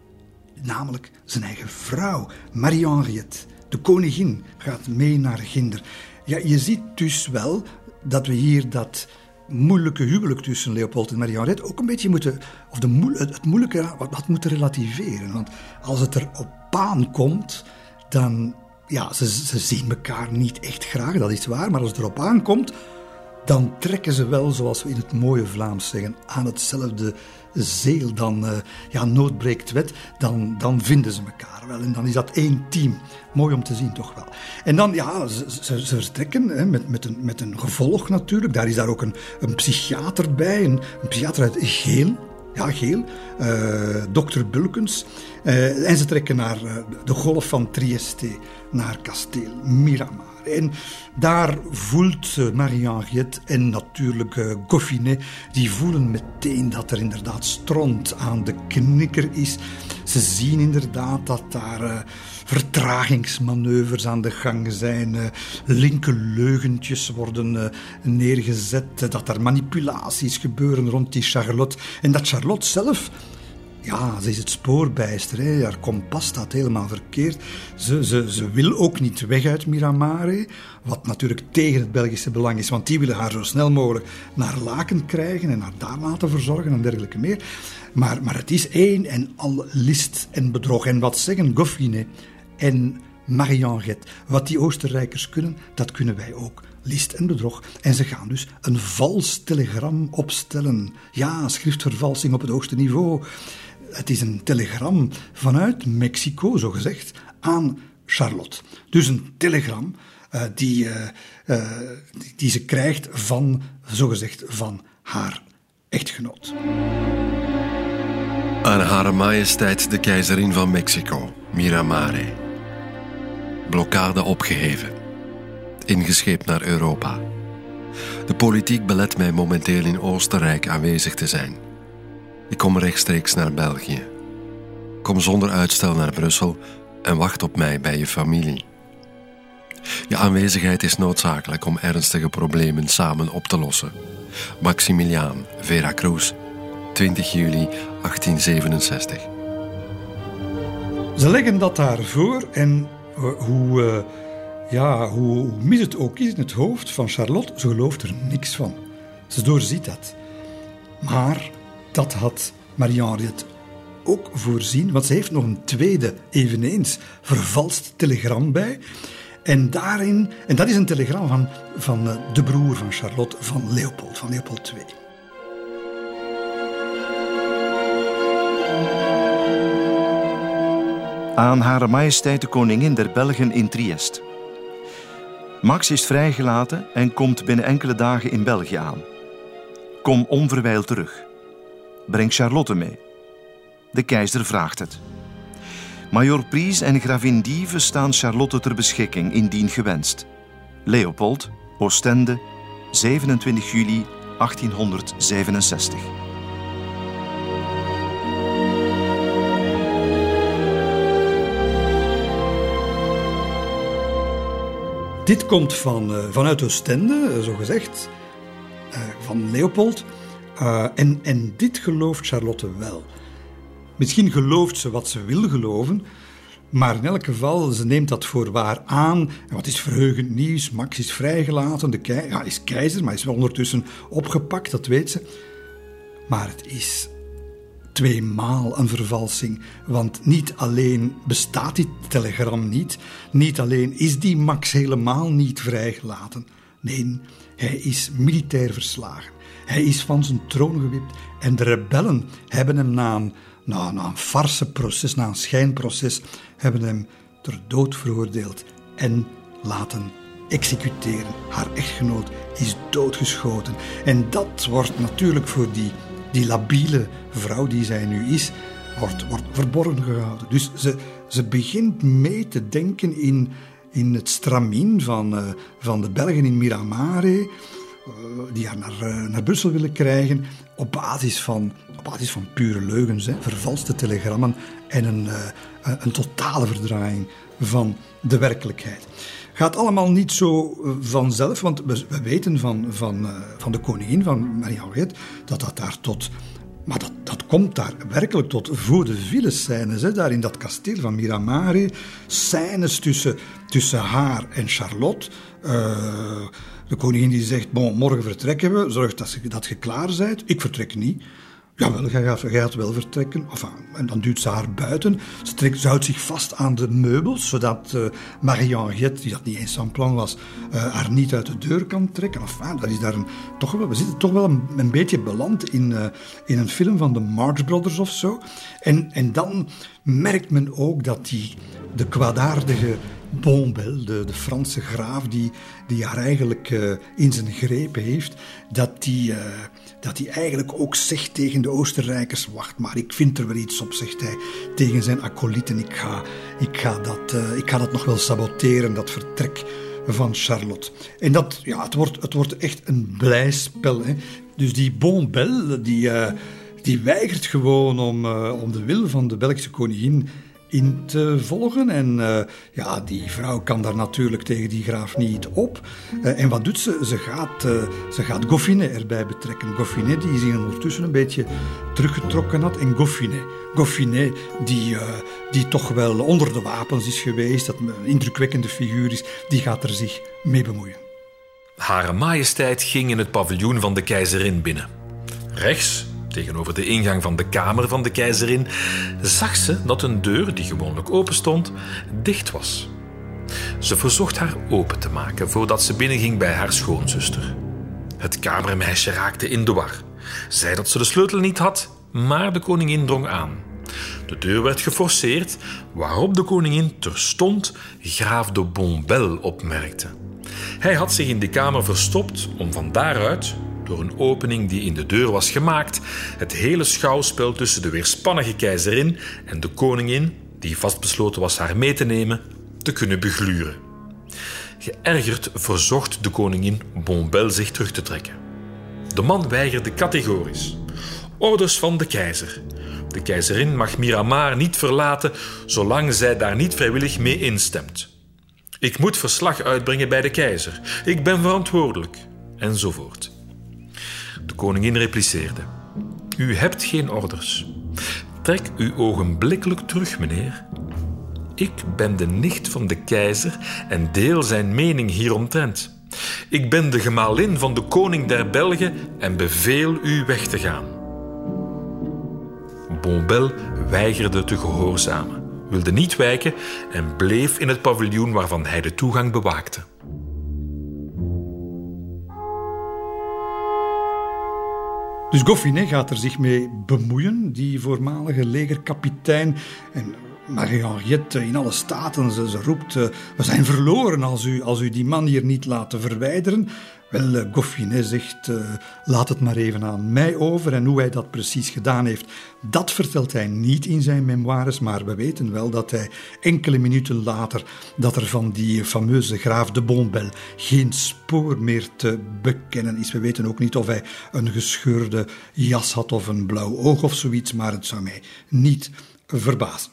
Namelijk zijn eigen vrouw, Marie-Henriette. De koningin gaat mee naar Ginder. Ja, je ziet dus wel dat we hier dat moeilijke huwelijk tussen Leopold en Marie-Henriette ook een beetje moeten, of de moe, het moeilijke wat, wat moeten relativeren. Want als het er op aankomt, dan... Ja, ze, ze zien elkaar niet echt graag, dat is waar. Maar als het erop aankomt, dan trekken ze wel, zoals we in het mooie Vlaams zeggen, aan hetzelfde zeel. Dan, uh, ja, nood breekt wet, dan, dan vinden ze elkaar wel. En dan is dat één team. Mooi om te zien, toch wel. En dan, ja, ze, ze, ze vertrekken hè, met, met, een, met een gevolg natuurlijk. Daar is daar ook een, een psychiater bij, een, een psychiater uit Geel. Ja, Geel, uh, dokter Bulkens. Uh, en ze trekken naar uh, de golf van Trieste, naar kasteel Miramare. En daar voelt uh, Marie-Henriette en natuurlijk uh, Goffinet, die voelen meteen dat er inderdaad stront aan de knikker is. Ze zien inderdaad dat daar uh, vertragingsmanoeuvres aan de gang zijn, uh, linker leugentjes worden uh, neergezet, uh, dat er manipulaties gebeuren rond die Charlotte. En dat Charlotte zelf... Ja, ze is het spoorbijster. Hè. Haar kompas staat helemaal verkeerd. Ze, ze, ze wil ook niet weg uit Miramare. Wat natuurlijk tegen het Belgische belang is. Want die willen haar zo snel mogelijk naar Laken krijgen. En haar daar laten verzorgen en dergelijke meer. Maar, maar het is één en al list en bedrog. En wat zeggen Goffinet en Marie-Henriette? Wat die Oostenrijkers kunnen, dat kunnen wij ook. List en bedrog. En ze gaan dus een vals telegram opstellen. Ja, schriftvervalsing op het hoogste niveau. Het is een telegram vanuit Mexico, zogezegd, aan Charlotte. Dus een telegram uh, die, uh, uh, die, die ze krijgt van, zogezegd, van haar echtgenoot. Aan Hare Majesteit de keizerin van Mexico, Miramare. Blokkade opgeheven. Ingescheept naar Europa. De politiek belet mij momenteel in Oostenrijk aanwezig te zijn. Ik kom rechtstreeks naar België. Kom zonder uitstel naar Brussel en wacht op mij bij je familie. Je aanwezigheid is noodzakelijk om ernstige problemen samen op te lossen. Maximiliaan, Veracruz, twintig juli achttien zevenenzestig. Ze leggen dat daar voor en uh, hoe... Uh... Ja, hoe, hoe mis het ook is in het hoofd van Charlotte, ze gelooft er niks van. Ze doorziet dat. Maar dat had Marie-Henriette ook voorzien, want ze heeft nog een tweede, eveneens vervalst telegram bij. En daarin, en dat is een telegram van, van de broer van Charlotte, van Leopold, van Leopold de Tweede. Aan Hare Majesteit de Koningin der Belgen in Triest. Max is vrijgelaten en komt binnen enkele dagen in België aan. Kom onverwijld terug. Breng Charlotte mee. De keizer vraagt het. Major Pries en gravin Dieve staan Charlotte ter beschikking, indien gewenst. Leopold, Oostende, zevenentwintig juli achttienhonderdzevenenzestig. Dit komt van, uh, vanuit Oostende, uh, zo gezegd, uh, van Leopold. Uh, en, en dit gelooft Charlotte wel. Misschien gelooft ze wat ze wil geloven, maar in elk geval, ze neemt dat voor waar aan. En wat is verheugend nieuws? Max is vrijgelaten, de kei- ja, is keizer, maar is wel ondertussen opgepakt, dat weet ze. Maar het is tweemaal een vervalsing, want niet alleen bestaat die telegram niet, niet alleen is die Max helemaal niet vrijgelaten. Nee, hij is militair verslagen. Hij is van zijn troon gewipt en de rebellen hebben hem na een, na, na een farseproces, na een schijnproces, hebben hem ter dood veroordeeld en laten executeren. Haar echtgenoot is doodgeschoten. En dat wordt natuurlijk voor die, die labiele vrouw die zij nu is, wordt, wordt verborgen gehouden. Dus ze, ze begint mee te denken in, in het stramien van, uh, van de Belgen in Miramare, die haar naar, naar Brussel willen krijgen op basis van, op basis van pure leugens, hè, vervalste telegrammen en een, uh, een totale verdraaiing van de werkelijkheid. Gaat allemaal niet zo vanzelf, want we, we weten van, van, uh, van de koningin, van Marie-Henriette, dat dat daar tot... Maar dat, dat komt daar werkelijk tot vaudeville scènes, hè, daar in dat kasteel van Miramare. Scènes tussen, tussen haar en Charlotte. Uh, de koningin die zegt, bon, morgen vertrekken we, zorg dat je, dat je klaar bent. Ik vertrek niet. Jawel, jij gaat, jij gaat wel vertrekken. Enfin, en dan duwt ze haar buiten. Ze, trekt, ze houdt zich vast aan de meubels, zodat uh, Marie-Henriette, die dat niet eens van plan was, uh, haar niet uit de deur kan trekken. Enfin, dat is daar een, toch wel, we zitten toch wel een, een beetje beland in, uh, in een film van de Marx Brothers of zo. En, en dan merkt men ook dat die, de kwaadaardige Bonbel, de, de Franse graaf die, die haar eigenlijk uh, in zijn greep heeft, dat die, uh, dat die eigenlijk ook zegt tegen de Oostenrijkers, wacht maar, ik vind er wel iets op, zegt hij tegen zijn acolyten, ik ga, ik ga, dat, uh, ik ga dat nog wel saboteren, dat vertrek van Charlotte. En dat, ja, het wordt, het wordt echt een blijspel, hè. Dus die Bonbel, die, uh, die weigert gewoon om, uh, om de wil van de Belgische koningin in te volgen. En uh, ja, die vrouw kan daar natuurlijk tegen die graaf niet op. Uh, en wat doet ze? Ze gaat, uh, ze gaat Goffinet erbij betrekken. Goffinet die zich ondertussen een beetje teruggetrokken had. En Goffinet, Goffinet die, uh, die toch wel onder de wapens is geweest, dat een indrukwekkende figuur is, die gaat er zich mee bemoeien. Hare majesteit ging in het paviljoen van de keizerin binnen. Rechts, tegenover de ingang van de kamer van de keizerin, zag ze dat een deur, die gewoonlijk open stond, dicht was. Ze verzocht haar open te maken voordat ze binnenging bij haar schoonzuster. Het kamermeisje raakte in de war. Zei dat ze de sleutel niet had, maar de koningin drong aan. De deur werd geforceerd, waarop de koningin terstond graaf de Bonbel opmerkte. Hij had zich in de kamer verstopt om van daaruit, door een opening die in de deur was gemaakt, het hele schouwspel tussen de weerspannige keizerin en de koningin, die vastbesloten was haar mee te nemen, te kunnen begluren. Geërgerd verzocht de koningin Bonbel zich terug te trekken. De man weigerde categorisch. Orders van de keizer. De keizerin mag Miramar niet verlaten zolang zij daar niet vrijwillig mee instemt. Ik moet verslag uitbrengen bij de keizer. Ik ben verantwoordelijk. Enzovoort. De koningin repliceerde. U hebt geen orders. Trek u ogenblikkelijk terug, meneer. Ik ben de nicht van de keizer en deel zijn mening hieromtrent. Ik ben de gemalin van de koning der Belgen en beveel u weg te gaan. Bonbel weigerde te gehoorzamen, wilde niet wijken en bleef in het paviljoen waarvan hij de toegang bewaakte. Dus Goffinet gaat er zich mee bemoeien, die voormalige legerkapitein. En Marie-Henriette in alle staten, ze, ze roept, uh, we zijn verloren als u, als u die man hier niet laat verwijderen. Wel, uh, Goffinet zegt, uh, laat het maar even aan mij over. En hoe hij dat precies gedaan heeft, dat vertelt hij niet in zijn memoires. Maar we weten wel dat hij enkele minuten later, dat er van die fameuze graaf de Bonbel geen spoor meer te bekennen is. We weten ook niet of hij een gescheurde jas had of een blauw oog of zoiets. Maar het zou mij niet verbazen.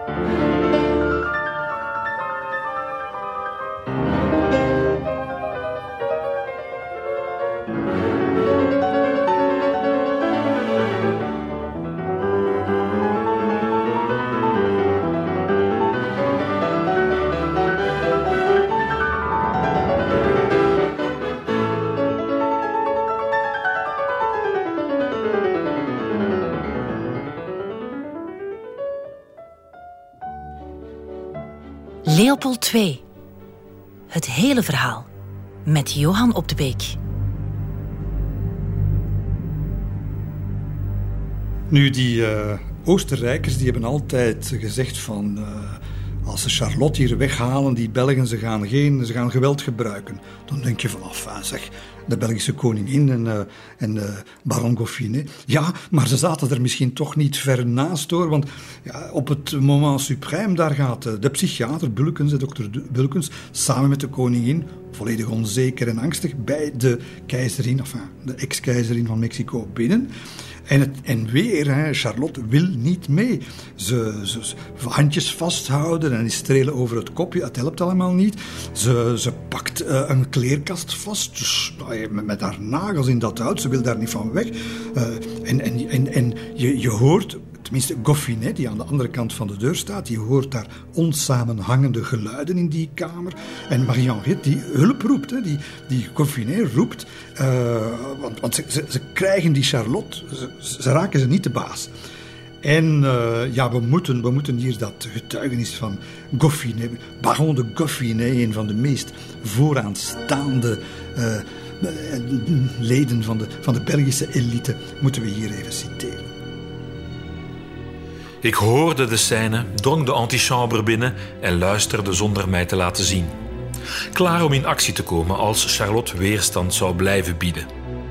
Leopold de Tweede. Het hele verhaal. Met Johan Op de Beek. Nu, die uh, Oostenrijkers die hebben altijd gezegd van... Uh, als ze Charlotte hier weghalen, die Belgen, ze gaan, geen, ze gaan geweld gebruiken. Dan denk je van, enfin, zeg, de Belgische koningin en, uh, en uh, baron Goffinet. Ja, maar ze zaten er misschien toch niet ver naast, hoor. Want ja, op het moment suprême, daar gaat uh, de psychiater Bulkens, de dokter Bulkens, samen met de koningin, volledig onzeker en angstig, bij de keizerin, enfin, de ex-keizerin van Mexico binnen. En, het, en weer, hè, Charlotte wil niet mee. Ze, ze, ze handjes vasthouden en strelen over het kopje. Het helpt allemaal niet. Ze, ze pakt uh, een kleerkast vast. Dus, uh, met haar nagels in dat hout. Ze wil daar niet van weg. Uh, en en, en, en je, je hoort... Tenminste, Goffinet, die aan de andere kant van de deur staat, die hoort daar onsamenhangende geluiden in die kamer. En Marie-Henriette, die hulp roept, hè, die, die Goffinet roept. Uh, want want ze, ze, ze krijgen die Charlotte, ze, ze raken ze niet de baas. En uh, ja, we moeten, we moeten hier dat getuigenis van Goffinet, baron de Goffinet, een van de meest vooraanstaande uh, leden van de, van de Belgische elite, moeten we hier even citeren. Ik hoorde de scène, drong de antichambre binnen en luisterde zonder mij te laten zien. Klaar om in actie te komen als Charlotte weerstand zou blijven bieden.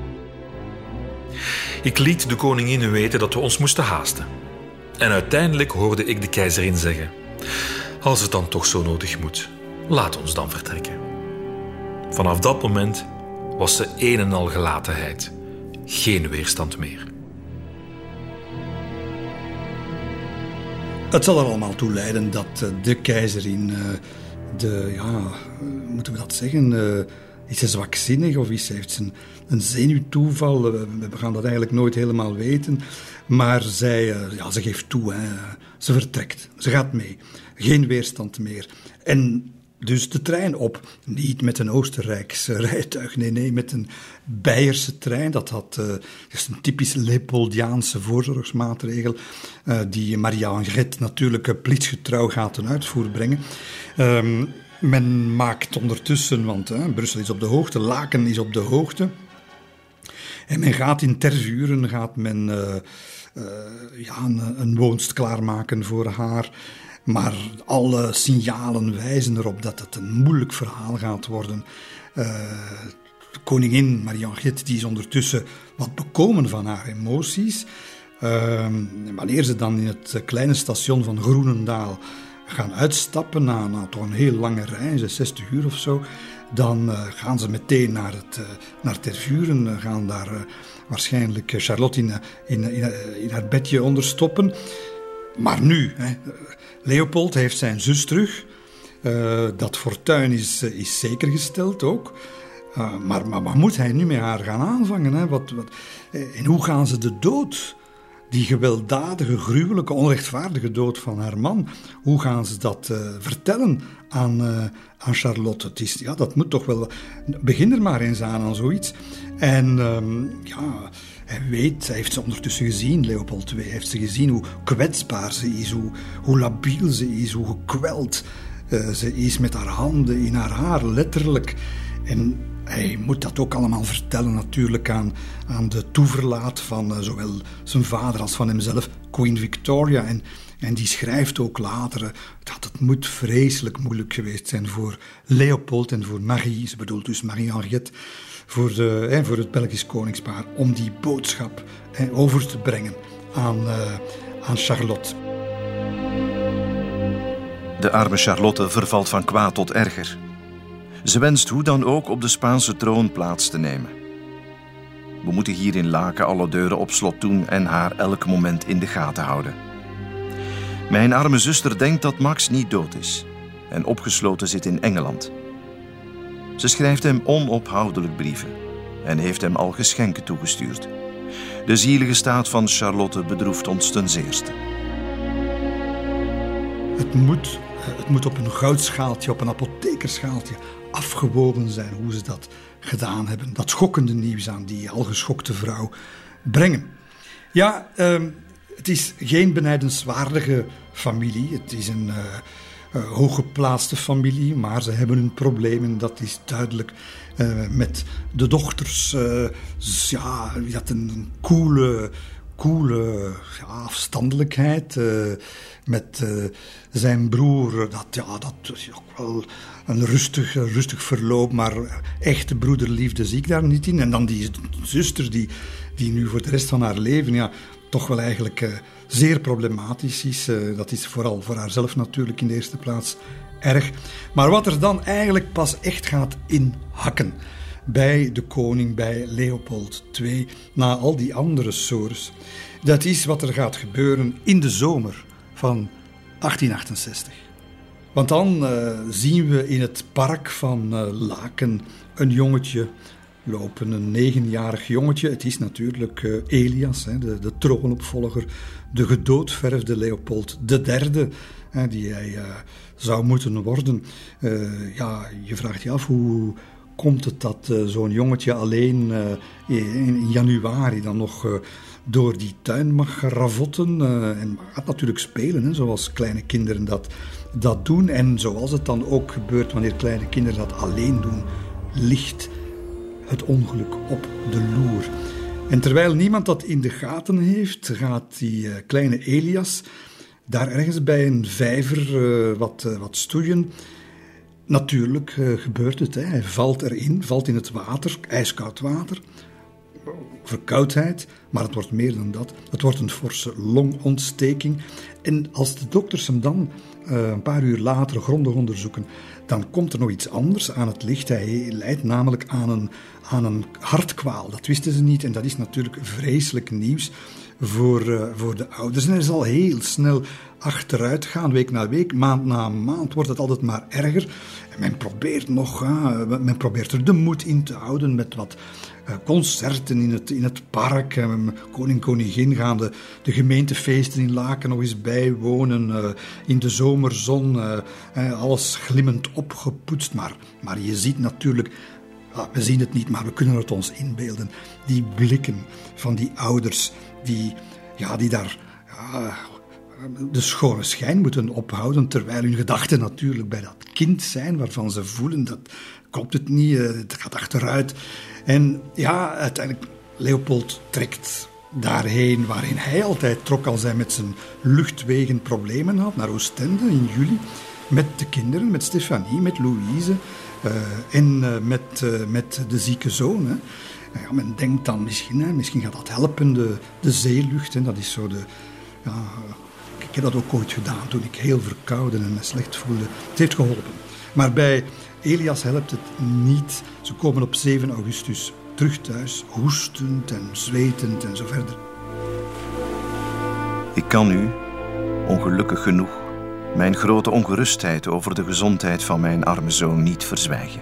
Ik liet de koningin weten dat we ons moesten haasten. En uiteindelijk hoorde ik de keizerin zeggen: als het dan toch zo nodig moet, laat ons dan vertrekken. Vanaf dat moment was ze een en al gelatenheid. Geen weerstand meer. Het zal er allemaal toe leiden dat de keizerin, de, ja, moeten we dat zeggen, is ze zwakzinnig of is, heeft ze een, een zenuwtoeval? We gaan dat eigenlijk nooit helemaal weten. Maar zij, ja, ze geeft toe, hè. Ze vertrekt, ze gaat mee. Geen weerstand meer. En dus de trein op. Niet met een Oostenrijkse rijtuig, nee, nee, met een Beierse trein. Dat, had, uh, dat is een typisch Leopoldiaanse voorzorgsmaatregel, uh, die Marie-Henriette natuurlijk uh, plichtsgetrouw gaat ten uitvoer brengen. Um, men maakt ondertussen, want uh, Brussel is op de hoogte, Laken is op de hoogte. En men gaat in Tervuren, gaat men uh, uh, ja, een, een woonst klaarmaken voor haar. Maar alle signalen wijzen erop dat het een moeilijk verhaal gaat worden. Uh, de koningin Marie-Henriette die is ondertussen wat bekomen van haar emoties. Uh, wanneer ze dan in het kleine station van Groenendaal gaan uitstappen na, na toch een heel lange reis, zestig uur of zo, dan uh, gaan ze meteen naar, het, uh, naar Tervuren, uh, gaan daar uh, waarschijnlijk Charlotte in, in, in, in haar bedje onderstoppen. Maar nu, hè, Leopold heeft zijn zus terug. Uh, dat fortuin is, uh, is zeker gesteld ook. Uh, maar, maar wat moet hij nu met haar gaan aanvangen? Hè? Wat, wat, en hoe gaan ze de dood, die gewelddadige, gruwelijke, onrechtvaardige dood van haar man, hoe gaan ze dat uh, vertellen aan, uh, aan Charlotte? Het is, ja, dat moet toch wel... Begin er maar eens aan, aan zoiets. En um, ja... Hij weet, hij heeft ze ondertussen gezien, Leopold de Tweede. Hij heeft ze gezien hoe kwetsbaar ze is, hoe, hoe labiel ze is, hoe gekweld uh, ze is met haar handen in haar haar, letterlijk. En hij moet dat ook allemaal vertellen natuurlijk aan, aan de toeverlaat van uh, zowel zijn vader als van hemzelf, Queen Victoria. En, en die schrijft ook later uh, dat het moet vreselijk moeilijk geweest zijn voor Leopold en voor Marie, ze bedoelt dus Marie-Henriette, Voor, de, hè, voor het Belgisch koningspaar, om die boodschap hè, over te brengen aan, uh, aan Charlotte. De arme Charlotte vervalt van kwaad tot erger. Ze wenst hoe dan ook op de Spaanse troon plaats te nemen. We moeten hier in Laken alle deuren op slot doen en haar elk moment in de gaten houden. Mijn arme zuster denkt dat Max niet dood is en opgesloten zit in Engeland. Ze schrijft hem onophoudelijk brieven en heeft hem al geschenken toegestuurd. De zielige staat van Charlotte bedroeft ons ten zeerste. Het moet, het moet op een goudschaaltje, op een apothekerschaaltje afgewogen zijn hoe ze dat gedaan hebben. Dat schokkende nieuws aan die al geschokte vrouw brengen. Ja, uh, het is geen benijdenswaardige familie. Het is een uh, uh, hooggeplaatste familie, maar ze hebben hun problemen. Dat is duidelijk. Uh, met de dochters, uh, ja, die had een, een coole, coole ja, afstandelijkheid. Uh, met uh, zijn broer, dat, ja, dat is ook wel een rustig, rustig verloop, maar echte broederliefde zie ik daar niet in. En dan die zuster die, die nu voor de rest van haar leven ja, toch wel eigenlijk uh, zeer problematisch is. Uh, dat is vooral voor haarzelf natuurlijk in de eerste plaats erg. Maar wat er dan eigenlijk pas echt gaat inhakken bij de koning, bij Leopold de Tweede, na al die andere sores, dat is wat er gaat gebeuren in de zomer van achttien achtenzestig. Want dan uh, zien we in het park van uh, Laken een jongetje lopen, een negenjarig jongetje. Het is natuurlijk uh, Elias, hè, de, de troonopvolger, de gedoodverfde Leopold de Derde, hè, die hij uh, zou moeten worden. Uh, ja, je vraagt je af hoe komt het dat uh, zo'n jongetje alleen uh, in januari dan nog uh, door die tuin mag ravotten uh, en gaat natuurlijk spelen, hè, zoals kleine kinderen dat, dat doen. En zoals het dan ook gebeurt wanneer kleine kinderen dat alleen doen, ligt het ongeluk op de loer. En terwijl niemand dat in de gaten heeft, gaat die uh, kleine Elias daar ergens bij een vijver uh, wat, uh, wat stoeien. Natuurlijk uh, gebeurt het. Hè. Hij valt erin, valt in het water, ijskoud water. Verkoudheid, maar het wordt meer dan dat. Het wordt een forse longontsteking. En als de dokters hem dan uh, een paar uur later grondig onderzoeken, dan komt er nog iets anders aan het licht. Hij lijdt namelijk aan een, aan een hartkwaal. Dat wisten ze niet en dat is natuurlijk vreselijk nieuws voor, uh, voor de ouders. En hij zal heel snel achteruit gaan, week na week, maand na maand wordt het altijd maar erger. En men probeert nog, uh, men probeert er de moed in te houden met wat uh, concerten in het, in het park. Uh, koning, koningin gaan de, de gemeentefeesten in Laken nog eens bijwonen. Uh, in de zomerzon, uh, uh, alles glimmend opgepoetst. Maar, maar je ziet natuurlijk, uh, we zien het niet, maar we kunnen het ons inbeelden. Die blikken van die ouders, die, ja, die daar ja, de schone schijn moeten ophouden, terwijl hun gedachten natuurlijk bij dat kind zijn, waarvan ze voelen dat klopt het niet, het gaat achteruit. En ja, uiteindelijk, Leopold trekt daarheen waarin hij altijd trok als hij met zijn luchtwegen problemen had, naar Oostende in juli, met de kinderen, met Stefanie, met Louise uh, en uh, met, uh, met de zieke zoon. Hè. Ja, men denkt dan misschien, hè, misschien gaat dat helpen, de, de zeelucht, hè, dat is zo de... Ja, ik heb dat ook ooit gedaan toen ik heel verkouden en me slecht voelde. Het heeft geholpen. Maar bij Elias helpt het niet. Ze komen op zeven augustus terug thuis, hoestend en zwetend en zo verder. Ik kan u, ongelukkig genoeg, mijn grote ongerustheid over de gezondheid van mijn arme zoon niet verzwijgen.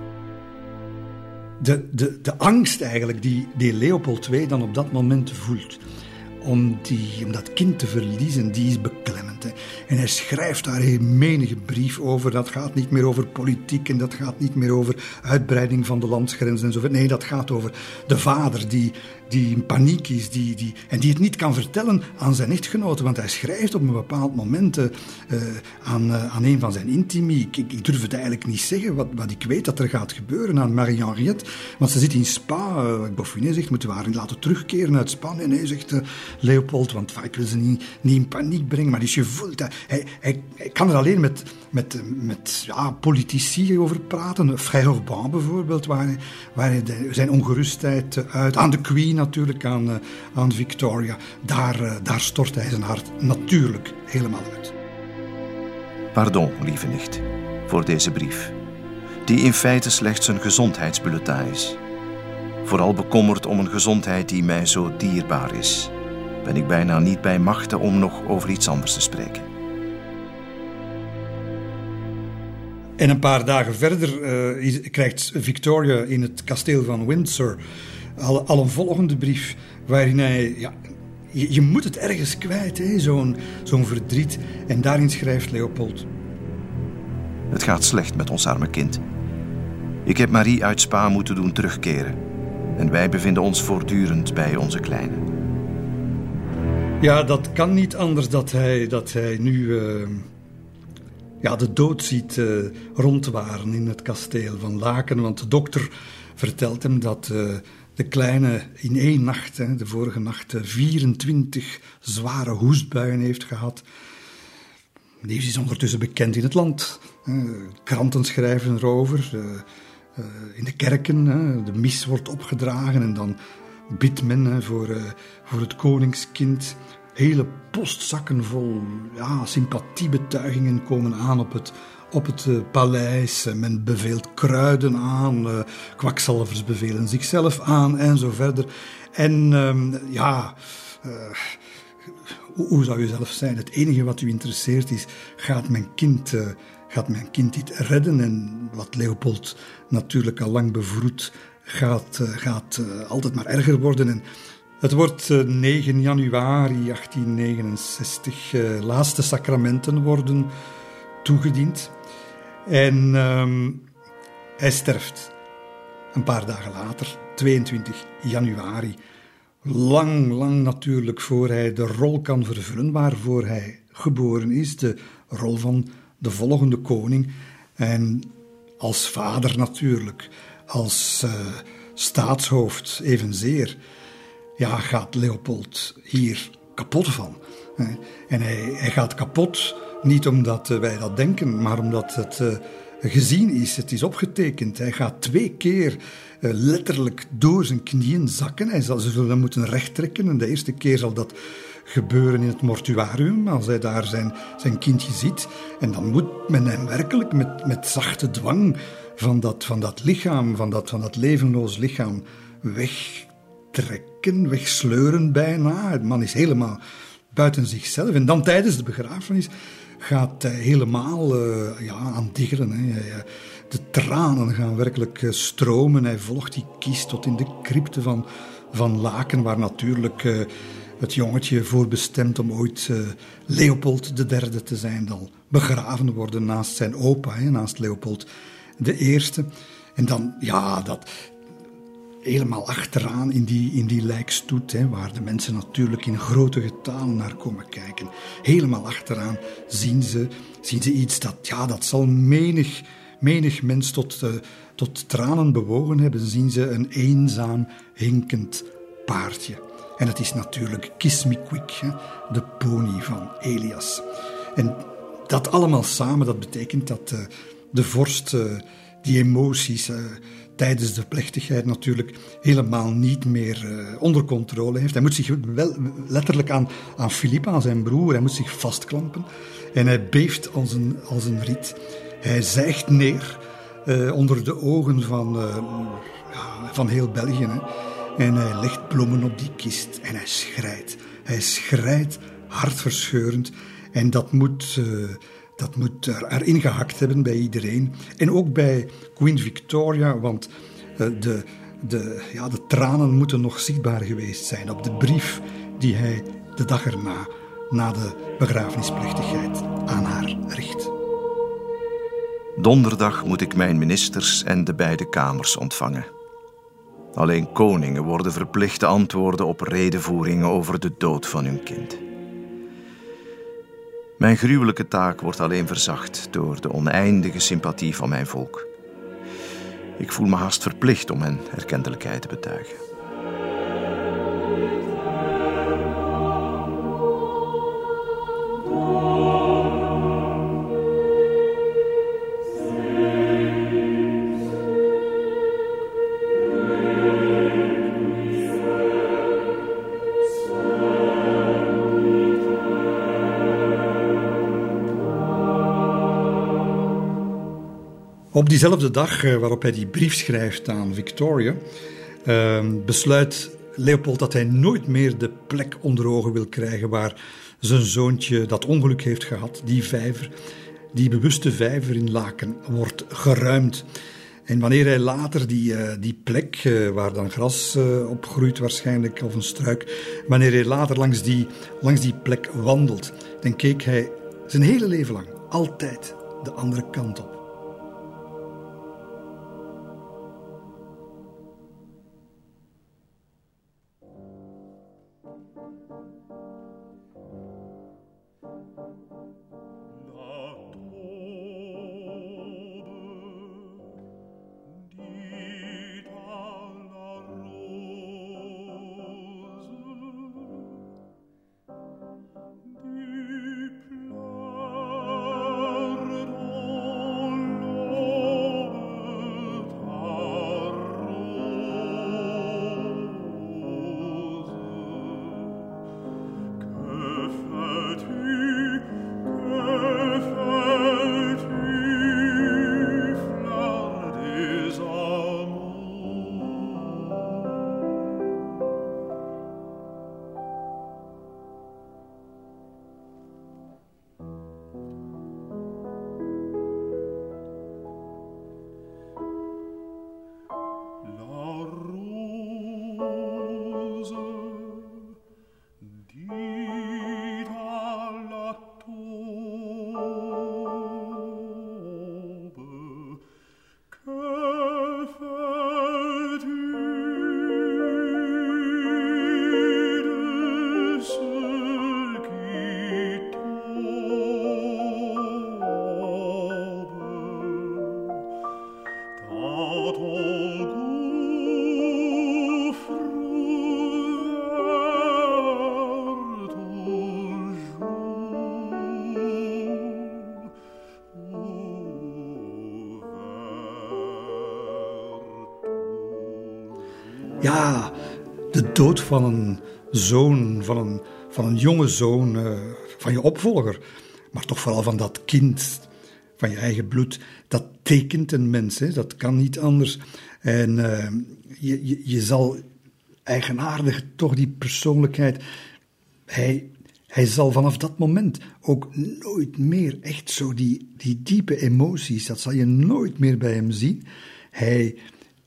De, de, de angst eigenlijk die, die Leopold de Tweede dan op dat moment voelt, om, die, om dat kind te verliezen, die is beklemmend. Hè. En hij schrijft daar een menige brief over. Dat gaat niet meer over politiek en dat gaat niet meer over uitbreiding van de landsgrenzen enzovoort. Nee, dat gaat over de vader die, die in paniek is die, die, en die het niet kan vertellen aan zijn echtgenote. Want hij schrijft op een bepaald moment uh, aan, uh, aan een van zijn intimi. Ik, ik, ik durf het eigenlijk niet zeggen wat, wat ik weet dat er gaat gebeuren aan Marie-Henriette. Want ze zit in Spa. Uh, Boffinet zegt, moeten we haar laten terugkeren uit Spa? Nee, nee, zegt uh, Leopold, want ik wil ze niet, niet in paniek brengen. Maar dus je voelt, hij, hij, hij, hij kan er alleen met, met, met ja, politici over praten. Frère Orban bijvoorbeeld, waar, waar hij de, zijn ongerustheid uit... Aan de Queen natuurlijk, aan, uh, aan Victoria. Daar, uh, daar stort hij zijn hart natuurlijk helemaal uit. Pardon, lieve nicht, voor deze brief, die in feite slechts een gezondheidsbulletin is. Vooral bekommerd om een gezondheid die mij zo dierbaar is, ben ik bijna niet bij machte om nog over iets anders te spreken. En een paar dagen verder uh, is, krijgt Victoria in het kasteel van Windsor al, al een volgende brief waarin hij... Ja, je, je moet het ergens kwijt, hè, zo'n, zo'n verdriet. En daarin schrijft Leopold: Het gaat slecht met ons arme kind. Ik heb Marie uit Spa moeten doen terugkeren. En wij bevinden ons voortdurend bij onze kleine. Ja, dat kan niet anders dat hij, dat hij nu uh, ja, de dood ziet uh, rondwaren in het kasteel van Laken. Want de dokter vertelt hem dat uh, de kleine in één nacht, hè, de vorige nacht, uh, vierentwintig zware hoestbuien heeft gehad. Nieuws is ondertussen bekend in het land. Uh, kranten schrijven erover. Uh, uh, in de kerken, uh, de mis wordt opgedragen en dan bidt men uh, voor, uh, voor het koningskind. Hele postzakken vol ja, sympathiebetuigingen komen aan op het, op het uh, paleis. Uh, men beveelt kruiden aan, uh, kwakzalvers bevelen zichzelf aan en zo verder. En uh, ja... Uh, Hoe zou u zelf zijn? Het enige wat u interesseert is, gaat mijn kind, uh, gaat mijn kind dit redden? En wat Leopold natuurlijk al lang bevroedt, gaat, uh, gaat uh, altijd maar erger worden. En het wordt uh, negen januari achttien negenenzestig. Uh, laatste sacramenten worden toegediend. En uh, hij sterft een paar dagen later, tweeëntwintig januari. Lang, lang natuurlijk voor hij de rol kan vervullen waarvoor hij geboren is. De rol van de volgende koning. En als vader natuurlijk, als uh, staatshoofd evenzeer. Ja, gaat Leopold hier kapot van. En hij, hij gaat kapot niet omdat wij dat denken, maar omdat het uh, gezien is. Het is opgetekend. Hij gaat twee keer... Uh, letterlijk door zijn knieën zakken. Hij zal, ze zullen hem moeten rechttrekken. En de eerste keer zal dat gebeuren in het mortuarium, als hij daar zijn, zijn kindje ziet. En dan moet men hem werkelijk met, met zachte dwang van dat, van dat lichaam, van dat, van dat levenloos lichaam, wegtrekken, wegsleuren bijna. De man is helemaal buiten zichzelf. En dan tijdens de begrafenis gaat hij helemaal uh, ja, aan diggelen. Hè. De tranen gaan werkelijk stromen. Hij volgt die kist tot in de crypte van, van Laken, waar natuurlijk uh, het jongetje voor bestemd om ooit uh, Leopold de derde te zijn, zal begraven worden naast zijn opa, hè, naast Leopold de eerste. En dan, ja, dat helemaal achteraan in die, in die lijkstoet, hè, waar de mensen natuurlijk in grote getalen naar komen kijken. Helemaal achteraan zien ze, zien ze iets dat, ja, dat zal menig... Menig mens tot, uh, tot tranen bewogen hebben, zien ze een eenzaam, hinkend paardje. En het is natuurlijk Kiss Me Quick, hè, de pony van Elias. En dat allemaal samen, dat betekent dat uh, de vorst uh, die emoties uh, tijdens de plechtigheid natuurlijk helemaal niet meer uh, onder controle heeft. Hij moet zich wel letterlijk aan, aan Philippe, aan zijn broer, hij moet zich vastklampen. En hij beeft als een, als een riet. Hij zijgt neer uh, onder de ogen van, uh, ja, van heel België. Hè. En hij legt bloemen op die kist en hij schreit. Hij schreit hartverscheurend. En dat moet, uh, dat moet er, erin gehakt hebben bij iedereen. En ook bij Queen Victoria, want uh, de, de, ja, de tranen moeten nog zichtbaar geweest zijn op de brief die hij de dag erna, na de begrafenisplechtigheid, aan haar richt. Donderdag moet ik mijn ministers en de beide kamers ontvangen. Alleen koningen worden verplicht te antwoorden op redevoeringen over de dood van hun kind. Mijn gruwelijke taak wordt alleen verzacht door de oneindige sympathie van mijn volk. Ik voel me haast verplicht om hen erkentelijkheid te betuigen. Op diezelfde dag waarop hij die brief schrijft aan Victoria, uh, besluit Leopold dat hij nooit meer de plek onder ogen wil krijgen waar zijn zoontje dat ongeluk heeft gehad, die vijver. die bewuste vijver in Laken wordt geruimd. En wanneer hij later die, uh, die plek, uh, waar dan gras uh, op groeit waarschijnlijk, of een struik, wanneer hij later langs die, langs die plek wandelt, dan keek hij zijn hele leven lang altijd de andere kant op. Ja, de dood van een zoon, van een, van een jonge zoon, uh, van je opvolger, maar toch vooral van dat kind, van je eigen bloed, dat tekent een mens, hè? Dat kan niet anders. En uh, je, je, je zal eigenaardig toch die persoonlijkheid, hij, hij zal vanaf dat moment ook nooit meer echt zo die, die diepe emoties, dat zal je nooit meer bij hem zien. Hij...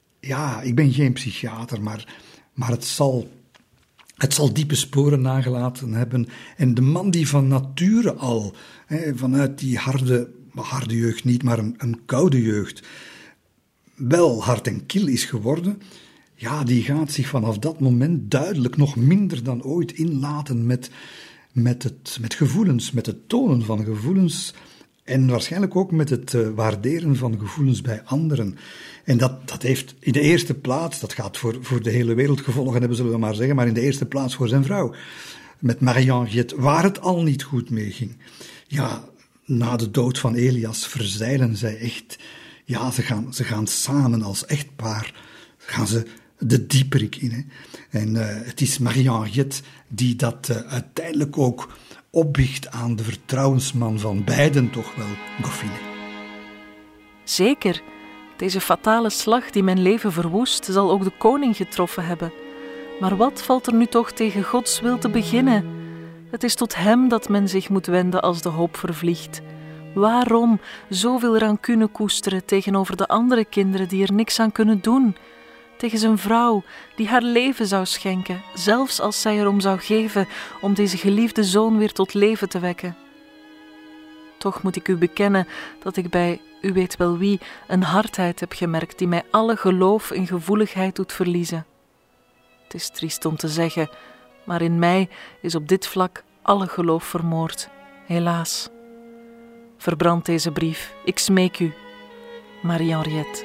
Ja, ik ben geen psychiater, maar, maar het zal, het zal diepe sporen nagelaten hebben. En de man die van nature al, hè, vanuit die harde, harde jeugd niet, maar een, een koude jeugd, wel hard en kil is geworden, ja, die gaat zich vanaf dat moment duidelijk nog minder dan ooit inlaten met, met, het, met gevoelens, met het tonen van gevoelens. En waarschijnlijk ook met het uh, waarderen van gevoelens bij anderen. En dat, dat heeft in de eerste plaats, dat gaat voor, voor de hele wereld gevolgen hebben, zullen we maar zeggen, maar in de eerste plaats voor zijn vrouw. Met Marie-Henriette, waar het al niet goed mee ging. Ja, na de dood van Elias verzeilen zij echt. Ja, ze gaan, ze gaan samen als echtpaar, gaan ze de dieperik in. Hè. En uh, het is Marie-Henriette die dat uh, uiteindelijk ook opbiecht aan de vertrouwensman van beiden toch wel, Goffinet. Zeker. Deze fatale slag die mijn leven verwoest, zal ook de koning getroffen hebben. Maar wat valt er nu toch tegen Gods wil te beginnen? Het is tot hem dat men zich moet wenden als de hoop vervliegt. Waarom zoveel rancune koesteren tegenover de andere kinderen die er niks aan kunnen doen? Tegen zijn vrouw die haar leven zou schenken, zelfs als zij erom zou geven om deze geliefde zoon weer tot leven te wekken. Toch moet ik u bekennen dat ik bij u weet wel wie een hardheid heb gemerkt die mij alle geloof en gevoeligheid doet verliezen. Het is triest om te zeggen, maar in mij is op dit vlak alle geloof vermoord, helaas. Verbrand deze brief, ik smeek u, Marie-Henriette.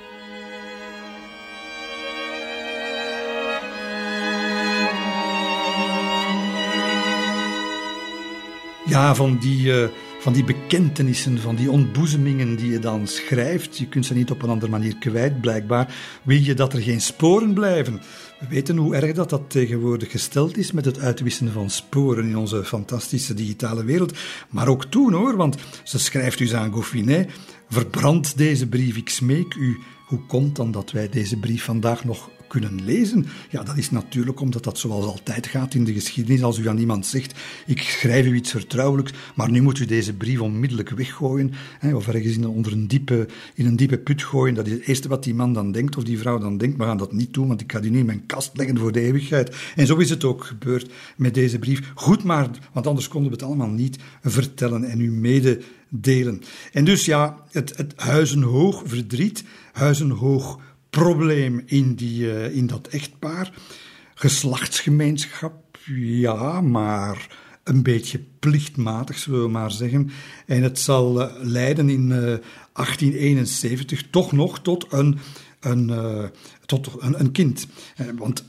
Ja, van die, uh, van die bekentenissen, van die ontboezemingen die je dan schrijft. Je kunt ze niet op een andere manier kwijt, blijkbaar. Wil je dat er geen sporen blijven? We weten hoe erg dat, dat tegenwoordig gesteld is met het uitwissen van sporen in onze fantastische digitale wereld. Maar ook toen hoor, want ze schrijft dus aan Goffinet: verbrand deze brief, ik smeek u. Hoe komt dan dat wij deze brief vandaag nog kunnen lezen? Ja, dat is natuurlijk omdat dat zoals altijd gaat in de geschiedenis. Als u aan iemand zegt, ik schrijf u iets vertrouwelijks, maar nu moet u deze brief onmiddellijk weggooien, hè, of ergens in, onder een diepe, in een diepe put gooien. Dat is het eerste wat die man dan denkt, of die vrouw dan denkt. We gaan dat niet doen, want ik ga die nu in mijn kast leggen voor de eeuwigheid. En zo is het ook gebeurd met deze brief. Goed maar, want anders konden we het allemaal niet vertellen en u mededelen. En dus ja, het, het huizenhoog verdriet, huizenhoog probleem in, die, uh, in dat echtpaar. Geslachtsgemeenschap, ja, maar een beetje plichtmatig, zullen we maar zeggen. En het zal uh, leiden in uh, achttien eenenzeventig toch nog tot een, een, uh, tot een, een kind. Uh, want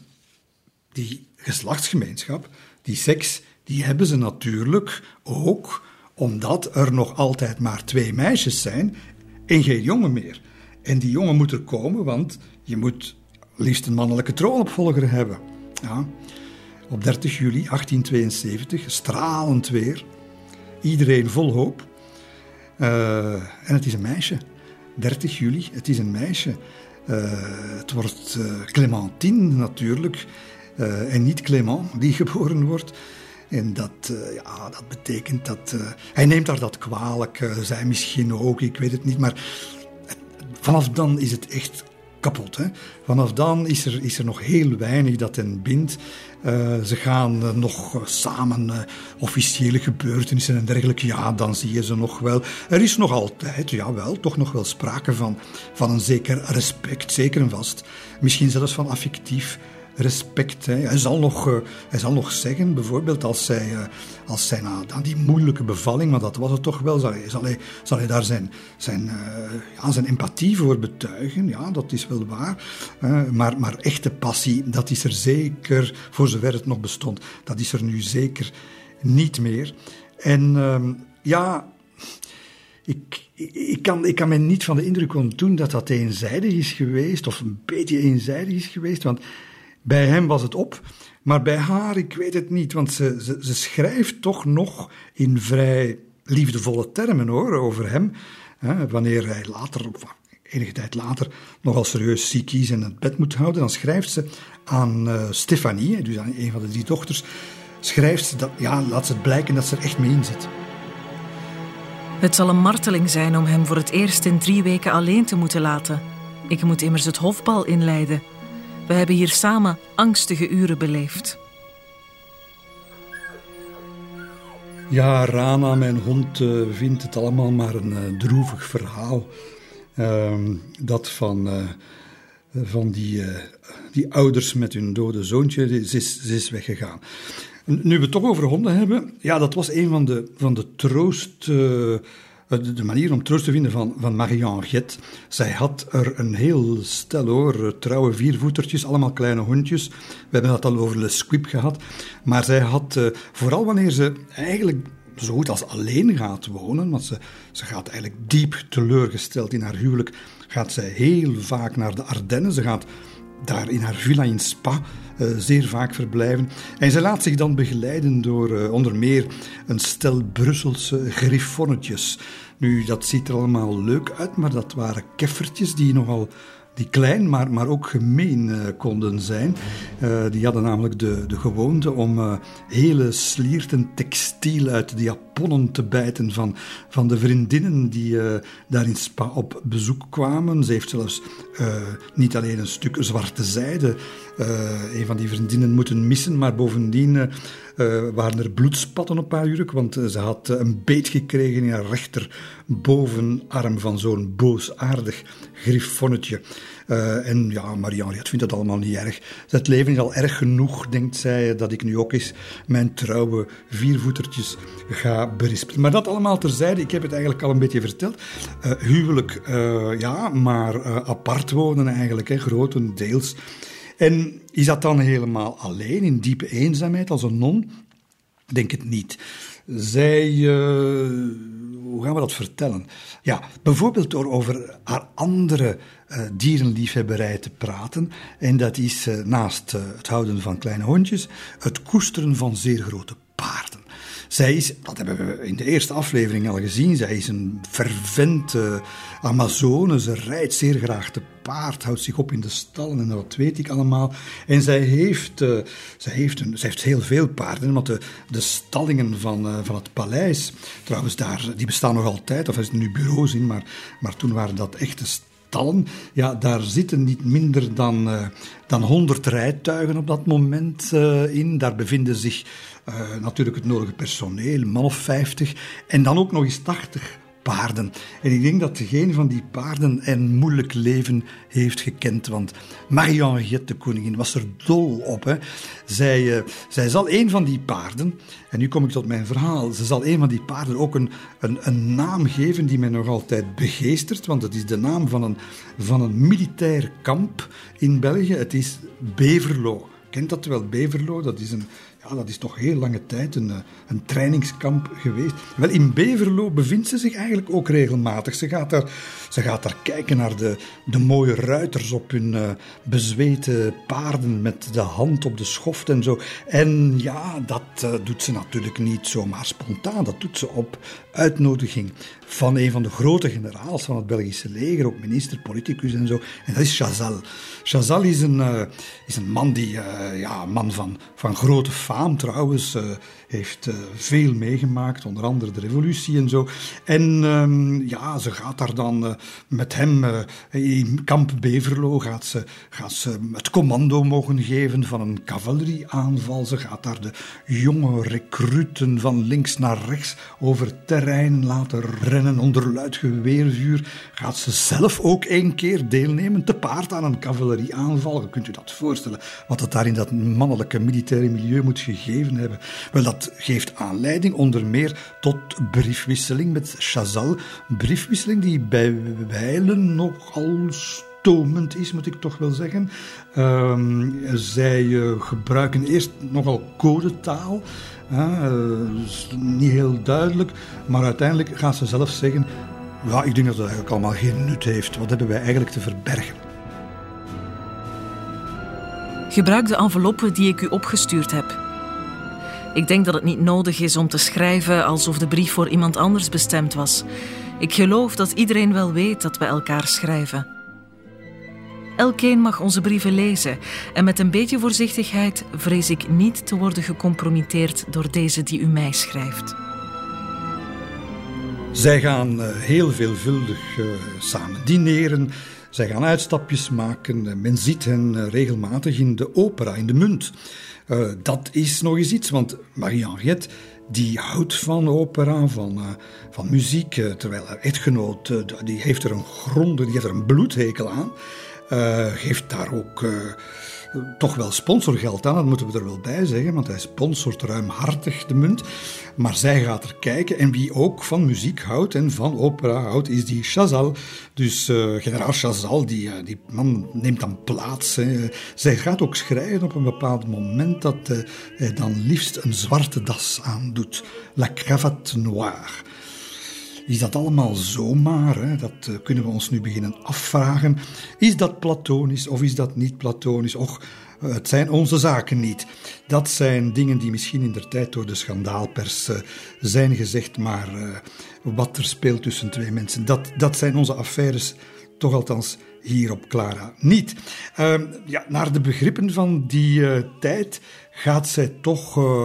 die geslachtsgemeenschap, die seks, die hebben ze natuurlijk ook omdat er nog altijd maar twee meisjes zijn en geen jongen meer. En die jongen moet er komen, want je moet liefst een mannelijke troonopvolger hebben. Ja. Op dertig juli achttien tweeënzeventig, stralend weer, iedereen vol hoop. Uh, en het is een meisje. dertig juli, het is een meisje. Uh, het wordt uh, Clémentine natuurlijk, uh, en niet Clément die geboren wordt. En dat, uh, ja, dat betekent dat... Uh, hij neemt haar dat kwalijk, uh, zij misschien ook, ik weet het niet. Maar uh, vanaf dan is het echt kapot. Hè? Vanaf dan is er, is er nog heel weinig dat hen bindt. Uh, ze gaan uh, nog uh, samen uh, officiële gebeurtenissen en dergelijke. Ja, dan zie je ze nog wel. Er is nog altijd, jawel, toch nog wel sprake van, van een zeker respect, zeker en vast. Misschien zelfs van affectief respect. Hè. Hij, zal nog, uh, hij zal nog zeggen, bijvoorbeeld als zij, uh, als zij na, na die moeilijke bevalling, maar dat was het toch wel, zal hij, zal hij, zal hij daar zijn, zijn, uh, ja, zijn empathie voor betuigen. Ja, dat is wel waar. Uh, maar, maar echte passie, dat is er zeker, voor zover het nog bestond, dat is er nu zeker niet meer. En uh, ja... Ik, ik, kan, ik kan me niet van de indruk ontdoen dat dat eenzijdig is geweest, of een beetje eenzijdig is geweest, want bij hem was het op, maar bij haar, ik weet het niet, want ze, ze, ze schrijft toch nog in vrij liefdevolle termen hoor, over hem, hè, wanneer hij later, of enige tijd later, nogal serieus ziek is en het bed moet houden, dan schrijft ze aan uh, Stefanie, dus aan een van de drie dochters, schrijft ze dat, ja, laat ze het blijken dat ze er echt mee in zit. Het zal een marteling zijn om hem voor het eerst in drie weken alleen te moeten laten. Ik moet immers het hofbal inleiden. We hebben hier samen angstige uren beleefd. Ja, Rana, mijn hond, uh, vindt het allemaal maar een uh, droevig verhaal. Uh, dat van, uh, van die, uh, die ouders met hun dode zoontje, ze is, ze is weggegaan. Nu we het toch over honden hebben, ja, dat was een van de, van de troost, uh, de manier om troost te vinden van, van Marie-Henriette. Zij had er een heel stel hoor, trouwe viervoetertjes, allemaal kleine hondjes. We hebben het al over Le Squib gehad. Maar zij had, uh, vooral wanneer ze eigenlijk zo goed als alleen gaat wonen, want ze, ze gaat eigenlijk diep teleurgesteld in haar huwelijk, gaat zij heel vaak naar de Ardennen. Ze gaat daar in haar villa in Spa uh, zeer vaak verblijven. En zij laat zich dan begeleiden door uh, onder meer een stel Brusselse griffonnetjes. Nu, dat ziet er allemaal leuk uit, maar dat waren keffertjes die nogal... die klein, maar, maar ook gemeen uh, konden zijn. Uh, die hadden namelijk de, de gewoonte om uh, hele slierten textiel uit de japonnen te bijten van, van de vriendinnen die uh, daar in Spa op bezoek kwamen. Ze heeft zelfs uh, niet alleen een stuk zwarte zijde, uh, een van die vriendinnen moeten missen, maar bovendien uh, uh, waren er bloedspatten op haar jurk, want uh, ze had uh, een beet gekregen in haar rechterbovenarm van zo'n boosaardig griffonnetje. Uh, en ja, Marie-Henriette vindt dat allemaal niet erg. Het leven is al erg genoeg, denkt zij, dat ik nu ook eens mijn trouwe viervoetertjes ga berispen. Maar dat allemaal terzijde, ik heb het eigenlijk al een beetje verteld. Uh, huwelijk, uh, ja, maar uh, apart wonen eigenlijk, hè, grotendeels. En is dat dan helemaal alleen, in diepe eenzaamheid, als een non? Denk het niet. Zij... Uh, hoe gaan we dat vertellen? Ja, bijvoorbeeld door over haar andere uh, dierenliefhebberij te praten. En dat is uh, naast uh, het houden van kleine hondjes, het koesteren van zeer grote paarden. Zij is, dat hebben we in de eerste aflevering al gezien, zij is een fervente Amazone. Ze rijdt zeer graag te paard, houdt zich op in de stallen en dat weet ik allemaal. En zij heeft, uh, zij heeft, een, zij heeft heel veel paarden, want de, de stallingen van, uh, van het paleis, trouwens, daar, die bestaan nog altijd, of er zitten nu bureaus in, maar, maar toen waren dat echte stallen. Ja, daar zitten niet minder dan, uh, dan honderd rijtuigen op dat moment uh, in. Daar bevinden zich uh, natuurlijk het nodige personeel, man of vijftig, en dan ook nog eens tachtig paarden. En ik denk dat geen van die paarden een moeilijk leven heeft gekend, want Marie-Henriette, de koningin, was er dol op. Hè. Zij, uh, zij zal een van die paarden, en nu kom ik tot mijn verhaal, ze zal een van die paarden ook een, een, een naam geven die mij nog altijd begeestert, want het is de naam van een, van een militair kamp in België. Het is Beverlo. Kent dat wel, Beverlo? Dat is een Ja, dat is toch heel lange tijd een, een trainingskamp geweest. Wel, in Beverlo bevindt ze zich eigenlijk ook regelmatig. Ze gaat daar, ze gaat daar kijken naar de, de mooie ruiters op hun uh, bezweten paarden met de hand op de schoft en zo. En ja, dat uh, doet ze natuurlijk niet zomaar spontaan. Dat doet ze op uitnodiging van een van de grote generaals van het Belgische leger, ook minister, politicus en zo. En dat is Chazal. Chazal is een, uh, is een man die, uh, ja, man van, van grote faam trouwens, uh, heeft uh, veel meegemaakt, onder andere de revolutie en zo. En um, ja, ze gaat daar dan uh, met hem uh, in kamp Beverlo, gaat ze, gaat ze het commando mogen geven van een cavalerieaanval. Ze gaat daar de jonge recruten van links naar rechts over het terrein laten rennen onder luid geweervuur. Gaat ze zelf ook één keer deelnemen te paard aan een cavalerieaanval. Kunt u dat voorstellen, wat het daar in dat mannelijke militaire milieu moet gegeven hebben? Wel, dat geeft aanleiding onder meer tot briefwisseling met Chazal. Briefwisseling die bij wijlen nogal stomend is, moet ik toch wel zeggen. Um, zij uh, gebruiken eerst nogal codetaal. Uh, niet heel duidelijk, maar uiteindelijk gaat ze zelf zeggen: ja, ik denk dat het eigenlijk allemaal geen nut heeft. Wat hebben wij eigenlijk te verbergen? Gebruik de enveloppe die ik u opgestuurd heb. Ik denk dat het niet nodig is om te schrijven alsof de brief voor iemand anders bestemd was. Ik geloof dat iedereen wel weet dat we elkaar schrijven. Elkeen mag onze brieven lezen en met een beetje voorzichtigheid vrees ik niet te worden gecompromitteerd door deze die u mij schrijft. Zij gaan uh, heel veelvuldig uh, samen dineren. Zij gaan uitstapjes maken. Men ziet hen uh, regelmatig in de opera, in de Munt. Uh, dat is nog eens iets, want Marie-Henriette die houdt van opera, van, uh, van muziek, uh, terwijl haar echtgenoot, uh, die heeft er een gronde, die heeft er een bloedhekel aan. Uh, geeft daar ook uh, toch wel sponsorgeld aan, dat moeten we er wel bij zeggen, want hij sponsort ruimhartig de Munt. Maar zij gaat er kijken en wie ook van muziek houdt en van opera houdt, is die Chazal. Dus uh, generaal Chazal, die, uh, die man neemt dan plaats. Hè. Zij gaat ook schrijven op een bepaald moment dat uh, hij dan liefst een zwarte das aandoet. La cravate noire. Is dat allemaal zomaar? Hè? Dat uh, kunnen we ons nu beginnen afvragen. Is dat platonisch of is dat niet platonisch? Och, uh, het zijn onze zaken niet. Dat zijn dingen die misschien indertijd door de schandaalpers uh, zijn gezegd, maar uh, wat er speelt tussen twee mensen, dat, dat zijn onze affaires, toch althans hier op Clara niet. Uh, ja, naar de begrippen van die uh, tijd gaat zij toch uh,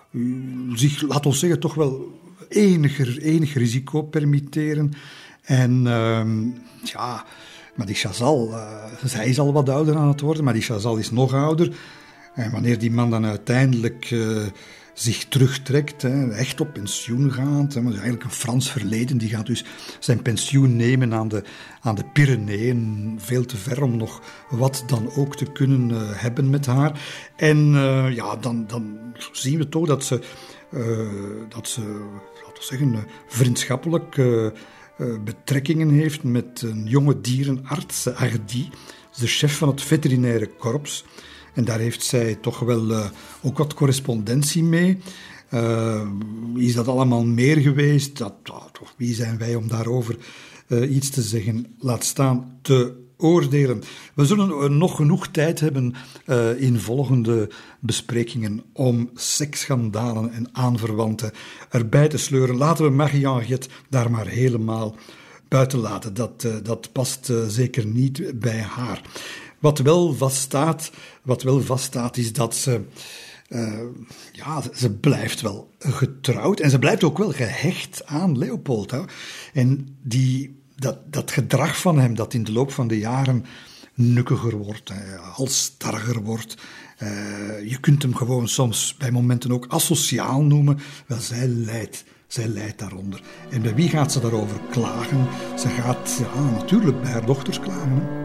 zich, laat ons zeggen, toch wel enig, enig risico permitteren. En uh, ja, maar die Chazal, uh, zij is al wat ouder aan het worden, maar die Chazal is nog ouder. En wanneer die man dan uiteindelijk uh, zich terugtrekt, hè, echt op pensioen gaat, hè, maar eigenlijk een Frans verleden, die gaat dus zijn pensioen nemen aan de, aan de Pyreneeën, veel te ver om nog wat dan ook te kunnen uh, hebben met haar. En uh, ja, dan, dan zien we toch dat ze, uh, dat ze laten we zeggen, uh, vriendschappelijk uh, uh, betrekkingen heeft met een jonge dierenarts, Hardy, de chef van het veterinaire korps. En daar heeft zij toch wel uh, ook wat correspondentie mee. Uh, is dat allemaal meer geweest? Dat, oh, toch, wie zijn wij om daarover uh, iets te zeggen? Laat staan te oordelen. We zullen uh, nog genoeg tijd hebben uh, in volgende besprekingen om seksschandalen en aanverwanten erbij te sleuren. Laten we Marie-Henriette daar maar helemaal buiten laten. Dat, uh, dat past uh, zeker niet bij haar. Wat wel vaststaat, wat wel vaststaat is dat ze... Uh, ja, ze blijft wel getrouwd en ze blijft ook wel gehecht aan Leopold. Hè. En die, dat, dat gedrag van hem, dat in de loop van de jaren nukkiger wordt, hè, halsstarriger wordt. Uh, je kunt hem gewoon soms bij momenten ook asociaal noemen. Wel, zij lijdt, zij lijdt daaronder. En bij wie gaat ze daarover klagen? Ze gaat ja, natuurlijk bij haar dochters klagen. Hè.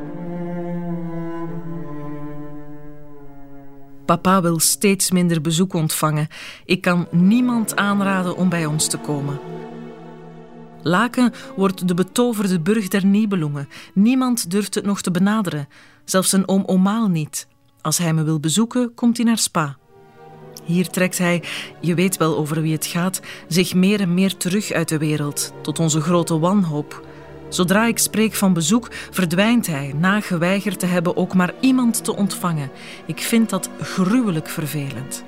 Papa wil steeds minder bezoek ontvangen. Ik kan niemand aanraden om bij ons te komen. Laken wordt de betoverde burg der Nibelungen. Niemand durft het nog te benaderen. Zelfs zijn oom Omaal niet. Als hij me wil bezoeken, komt hij naar Spa. Hier trekt hij, je weet wel over wie het gaat, zich meer en meer terug uit de wereld, tot onze grote wanhoop. Zodra ik spreek van bezoek, verdwijnt hij, na geweigerd te hebben ook maar iemand te ontvangen. Ik vind dat gruwelijk vervelend.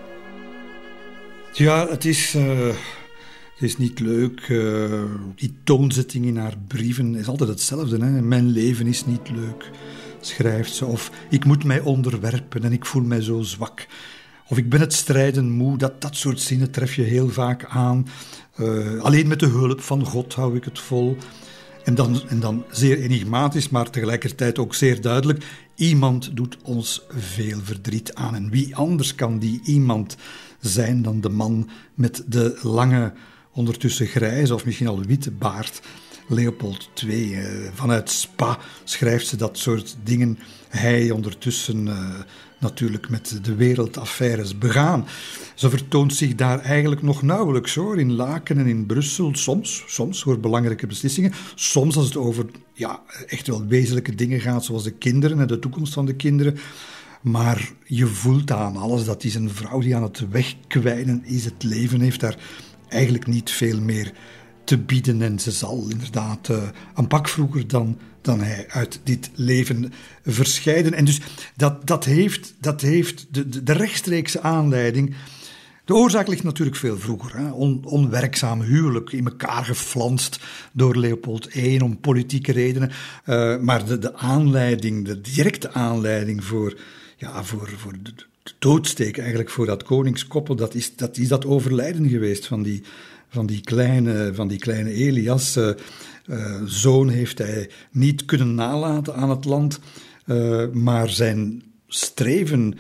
Ja, het is, uh, het is niet leuk. Uh, die toonzetting in haar brieven is altijd hetzelfde. Hè? Mijn leven is niet leuk, schrijft ze. Of ik moet mij onderwerpen en ik voel mij zo zwak. Of ik ben het strijden moe. Dat, dat soort zinnen tref je heel vaak aan. Uh, alleen met de hulp van God hou ik het vol. En dan, en dan zeer enigmatisch, maar tegelijkertijd ook zeer duidelijk. Iemand doet ons veel verdriet aan. En wie anders kan die iemand zijn dan de man met de lange, ondertussen grijze of misschien al witte baard, Leopold de Tweede. Vanuit Spa schrijft ze dat soort dingen. Hij ondertussen uh, natuurlijk met de wereldaffaires begaan. Ze vertoont zich daar eigenlijk nog nauwelijks hoor. In Laken en in Brussel, soms, soms voor belangrijke beslissingen. Soms als het over ja, echt wel wezenlijke dingen gaat, zoals de kinderen en de toekomst van de kinderen. Maar je voelt aan alles, dat is een vrouw die aan het wegkwijnen is. Het leven heeft daar eigenlijk niet veel meer te bieden. En ze zal inderdaad uh, een pak vroeger dan, dan hij uit dit leven verscheiden. En dus dat, dat heeft, dat heeft de, de, de rechtstreekse aanleiding. De oorzaak ligt natuurlijk veel vroeger. Hè. On, onwerkzaam huwelijk, in elkaar geflanst door Leopold de Eerste om politieke redenen. Uh, maar de, de aanleiding, de directe aanleiding voor, ja, voor, voor de, de doodsteek eigenlijk voor dat koningskoppel, dat is dat, is dat overlijden geweest van die, van die, kleine, van die kleine Elias. Uh, uh, zoon heeft hij niet kunnen nalaten aan het land, uh, maar zijn streven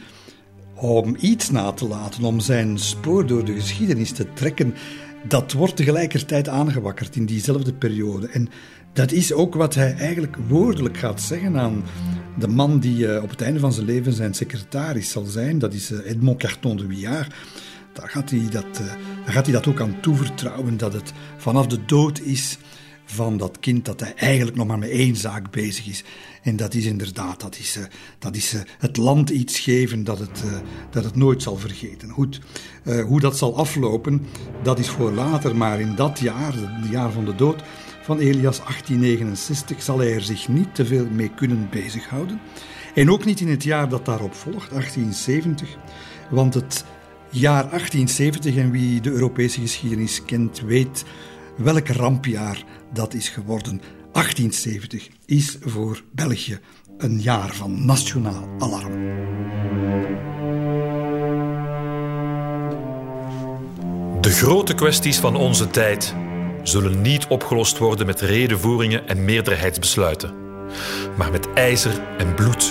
om iets na te laten, om zijn spoor door de geschiedenis te trekken, dat wordt tegelijkertijd aangewakkerd in diezelfde periode. En dat is ook wat hij eigenlijk woordelijk gaat zeggen aan de man die uh, op het einde van zijn leven zijn secretaris zal zijn. Dat is uh, Edmond Carton de Wiart. Daar gaat hij dat, uh, daar gaat hij dat ook aan toevertrouwen, dat het vanaf de dood is van dat kind, dat hij eigenlijk nog maar met één zaak bezig is. En dat is inderdaad, dat is, uh, dat is uh, het land iets geven dat het, uh, dat het nooit zal vergeten. Goed, uh, hoe dat zal aflopen, dat is voor later, maar in dat jaar, het jaar van de dood van Elias, achttien negenenzestig, zal hij er zich niet te veel mee kunnen bezighouden. En ook niet in het jaar dat daarop volgt, achttien zeventig, want het jaar achttien zeventig, en wie de Europese geschiedenis kent, weet welk rampjaar dat is geworden. achttien zeventig is voor België een jaar van nationaal alarm. De grote kwesties van onze tijd zullen niet opgelost worden met redevoeringen en meerderheidsbesluiten, maar met ijzer en bloed.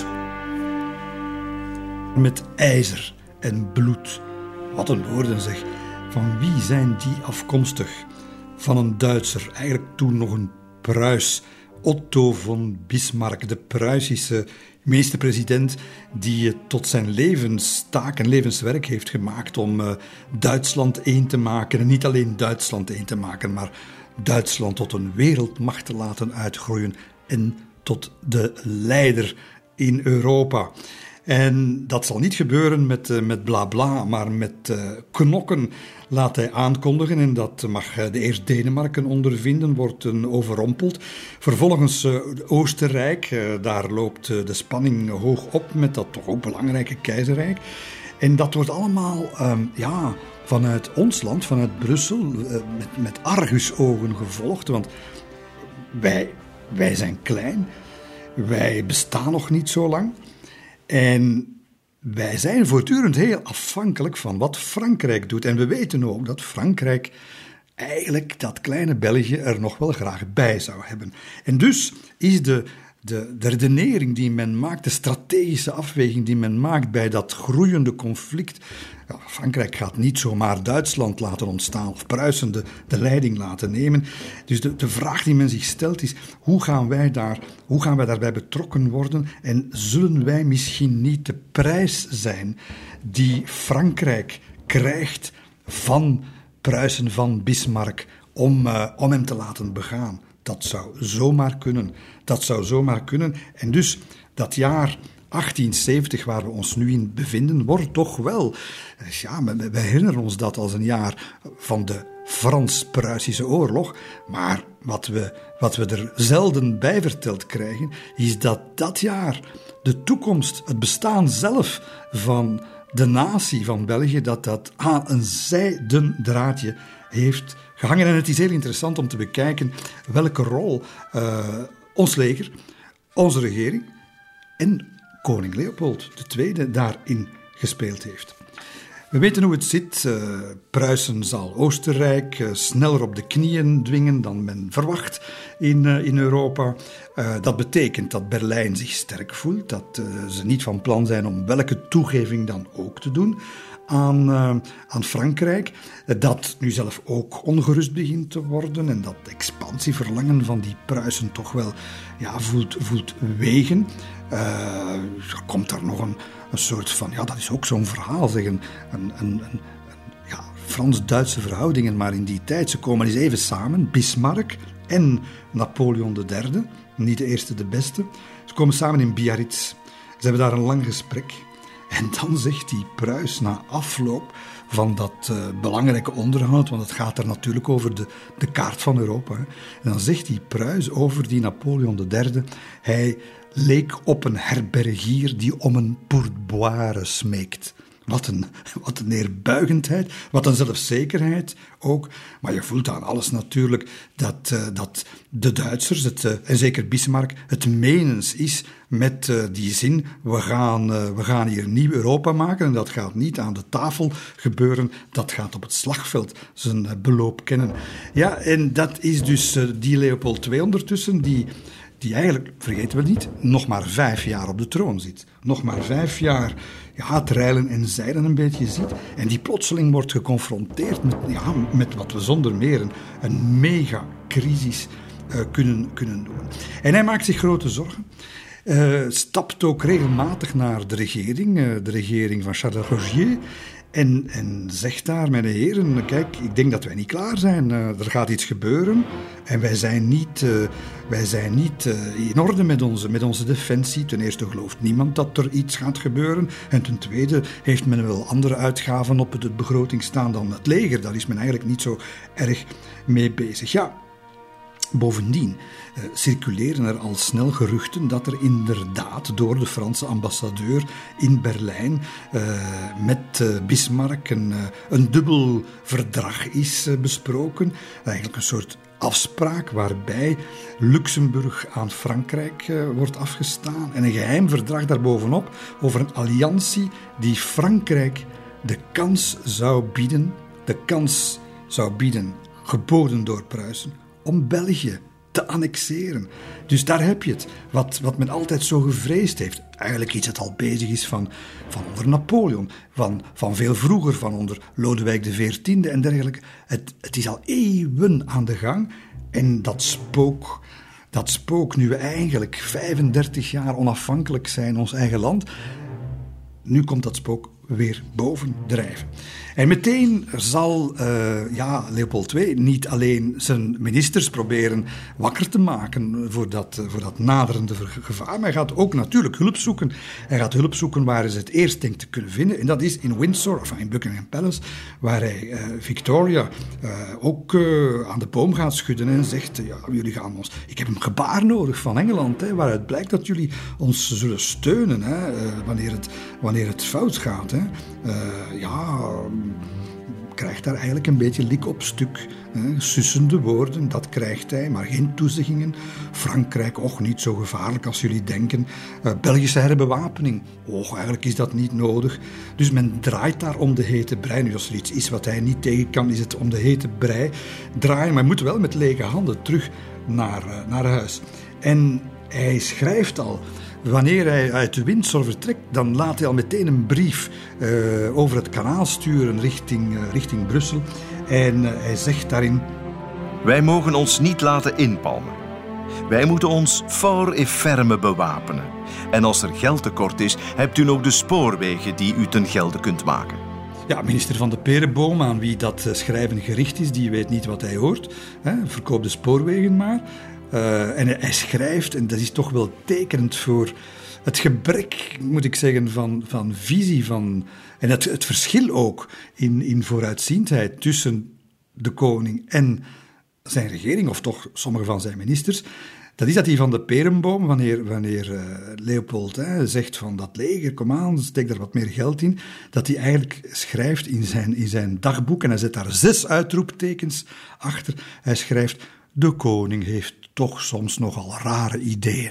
Met ijzer en bloed. Wat een woorden zeg. Van wie zijn die afkomstig? Van een Duitser, eigenlijk toen nog een Pruis, Otto von Bismarck, de Pruisische meester-president die het tot zijn levenstaak en levenswerk heeft gemaakt om uh, Duitsland één te maken. En niet alleen Duitsland één te maken, maar Duitsland tot een wereldmacht te laten uitgroeien en tot de leider in Europa. En dat zal niet gebeuren met, uh, met bla bla, maar met uh, knokken, laat hij aankondigen. En dat mag uh, de eerst Denemarken ondervinden, wordt uh, overrompeld. Vervolgens uh, Oostenrijk, uh, daar loopt uh, de spanning hoog op met dat toch ook belangrijke keizerrijk. En dat wordt allemaal um, ja, vanuit ons land, vanuit Brussel, uh, met, met argusogen gevolgd. Want wij, wij zijn klein, wij bestaan nog niet zo lang en wij zijn voortdurend heel afhankelijk van wat Frankrijk doet. En we weten ook dat Frankrijk eigenlijk dat kleine België er nog wel graag bij zou hebben. En dus is de, de, de redenering die men maakt, de strategische afweging die men maakt bij dat groeiende conflict. Ja, Frankrijk gaat niet zomaar Duitsland laten ontstaan of Pruisen de, de leiding laten nemen. Dus de, de vraag die men zich stelt is, hoe gaan wij daar, hoe gaan wij daarbij betrokken worden en zullen wij misschien niet de prijs zijn die Frankrijk krijgt van Pruisen, van Bismarck, om, uh, om hem te laten begaan? Dat zou zomaar kunnen. Dat zou zomaar kunnen. En dus dat jaar achttienzeventig, waar we ons nu in bevinden, wordt toch wel... Ja, we herinneren ons dat als een jaar van de Frans-Pruisische oorlog. Maar wat we, wat we er zelden bij verteld krijgen, is dat dat jaar de toekomst, het bestaan zelf van de natie van België, dat dat aan een zijden draadje heeft gehangen. En het is heel interessant om te bekijken welke rol uh, ons leger, onze regering en koning Leopold de Tweede daarin gespeeld heeft. We weten hoe het zit. Uh, Pruisen zal Oostenrijk uh, sneller op de knieën dwingen dan men verwacht in, uh, in Europa. Uh, dat betekent dat Berlijn zich sterk voelt, dat uh, ze niet van plan zijn om welke toegeving dan ook te doen aan, uh, aan Frankrijk. Uh, dat nu zelf ook ongerust begint te worden en dat expansieverlangen van die Pruisen toch wel ja, voelt, voelt wegen. Uh, er komt daar nog een, een soort van, ja, dat is ook zo'n verhaal, zeg, een, een, een, een ja, Frans-Duitse verhoudingen, maar in die tijd, ze komen eens even samen, Bismarck en Napoleon de Derde, niet de eerste, de beste. Ze komen samen in Biarritz. Ze hebben daar een lang gesprek. En dan zegt die Pruis na afloop van dat uh, belangrijke onderhoud, want het gaat er natuurlijk over de, de kaart van Europa. Hè. En dan zegt die Pruis over die Napoleon de Derde, hij leek op een herbergier die om een pourboire smeekt. Wat een, wat een neerbuigendheid, wat een zelfzekerheid ook. Maar je voelt aan alles natuurlijk dat, uh, dat de Duitsers, het, uh, en zeker Bismarck, het menens is met uh, die zin, we gaan, uh, we gaan hier nieuw Europa maken en dat gaat niet aan de tafel gebeuren, dat gaat op het slagveld zijn uh, beloop kennen. Ja, en dat is dus uh, die Leopold de Tweede ondertussen, die... die eigenlijk, vergeten we niet, nog maar vijf jaar op de troon zit. Nog maar vijf jaar ja, het reilen en zeilen een beetje ziet. En die plotseling wordt geconfronteerd met, ja, met wat we zonder meer een, een mega-crisis uh, kunnen, kunnen doen. En hij maakt zich grote zorgen. Uh, stapt ook regelmatig naar de regering, uh, de regering van Charles de Rogier. En, en zegt daar, mijn heren, kijk, ik denk dat wij niet klaar zijn. Uh, er gaat iets gebeuren en wij zijn niet, uh, wij zijn niet uh, in orde met onze, met onze defensie. Ten eerste gelooft niemand dat er iets gaat gebeuren. En ten tweede heeft men wel andere uitgaven op de begroting staan dan het leger. Daar is men eigenlijk niet zo erg mee bezig. Ja. Bovendien uh, circuleren er al snel geruchten dat er inderdaad door de Franse ambassadeur in Berlijn uh, met uh, Bismarck een, uh, een dubbel verdrag is uh, besproken. Eigenlijk een soort afspraak waarbij Luxemburg aan Frankrijk uh, wordt afgestaan en een geheim verdrag daarbovenop over een alliantie die Frankrijk de kans zou bieden, de kans zou bieden, geboden door Pruisen, om België te annexeren. Dus daar heb je het, wat, wat men altijd zo gevreesd heeft. Eigenlijk iets dat al bezig is van, van onder Napoleon, van, van veel vroeger, van onder Lodewijk de veertiende en dergelijke. Het, het is al eeuwen aan de gang en dat spook, dat spook nu we eigenlijk vijfendertig jaar onafhankelijk zijn, ons eigen land, nu komt dat spook weer bovendrijven. En meteen zal uh, ja, Leopold de Tweede niet alleen zijn ministers proberen wakker te maken voor dat, voor dat naderende gevaar, maar hij gaat ook natuurlijk hulp zoeken. Hij gaat hulp zoeken waar hij het eerst denkt te kunnen vinden. En dat is in Windsor, of in Buckingham Palace, waar hij uh, Victoria uh, ook uh, aan de boom gaat schudden en zegt, ja, jullie gaan ons... Ik heb een gebaar nodig van Engeland, hè, waaruit blijkt dat jullie ons zullen steunen, hè, uh, wanneer, het, wanneer het fout gaat. Hè. Uh, ja... krijgt daar eigenlijk een beetje lik op stuk. Hè. Sussende woorden, dat krijgt hij, maar geen toezeggingen. Frankrijk, och, niet zo gevaarlijk als jullie denken. Uh, Belgische herbewapening, och, eigenlijk is dat niet nodig. Dus men draait daar om de hete brei. Nu, als er iets is wat hij niet tegen kan, is het om de hete brei draaien. Maar hij moet wel met lege handen terug naar, uh, naar huis. En hij schrijft al... Wanneer hij uit de Windsor vertrekt, dan laat hij al meteen een brief uh, over het kanaal sturen richting, uh, richting Brussel. En uh, hij zegt daarin... Wij mogen ons niet laten inpalmen. Wij moeten ons fort et ferme bewapenen. En als er geld tekort is, hebt u nog de spoorwegen die u ten gelde kunt maken. Ja, minister Van de Perenboom, aan wie dat schrijven gericht is, die weet niet wat hij hoort. Hè, verkoop de spoorwegen maar... Uh, en hij schrijft, en dat is toch wel tekenend voor het gebrek, moet ik zeggen, van, van visie, van, en het, het verschil ook in, in vooruitziendheid tussen de koning en zijn regering, of toch sommige van zijn ministers. Dat is dat die Van de Perenboom, wanneer, wanneer uh, Leopold hè, zegt van dat leger, kom aan, steek daar wat meer geld in, dat hij eigenlijk schrijft in zijn, in zijn dagboek, en hij zet daar zes uitroeptekens achter, hij schrijft... De koning heeft toch soms nogal rare ideeën.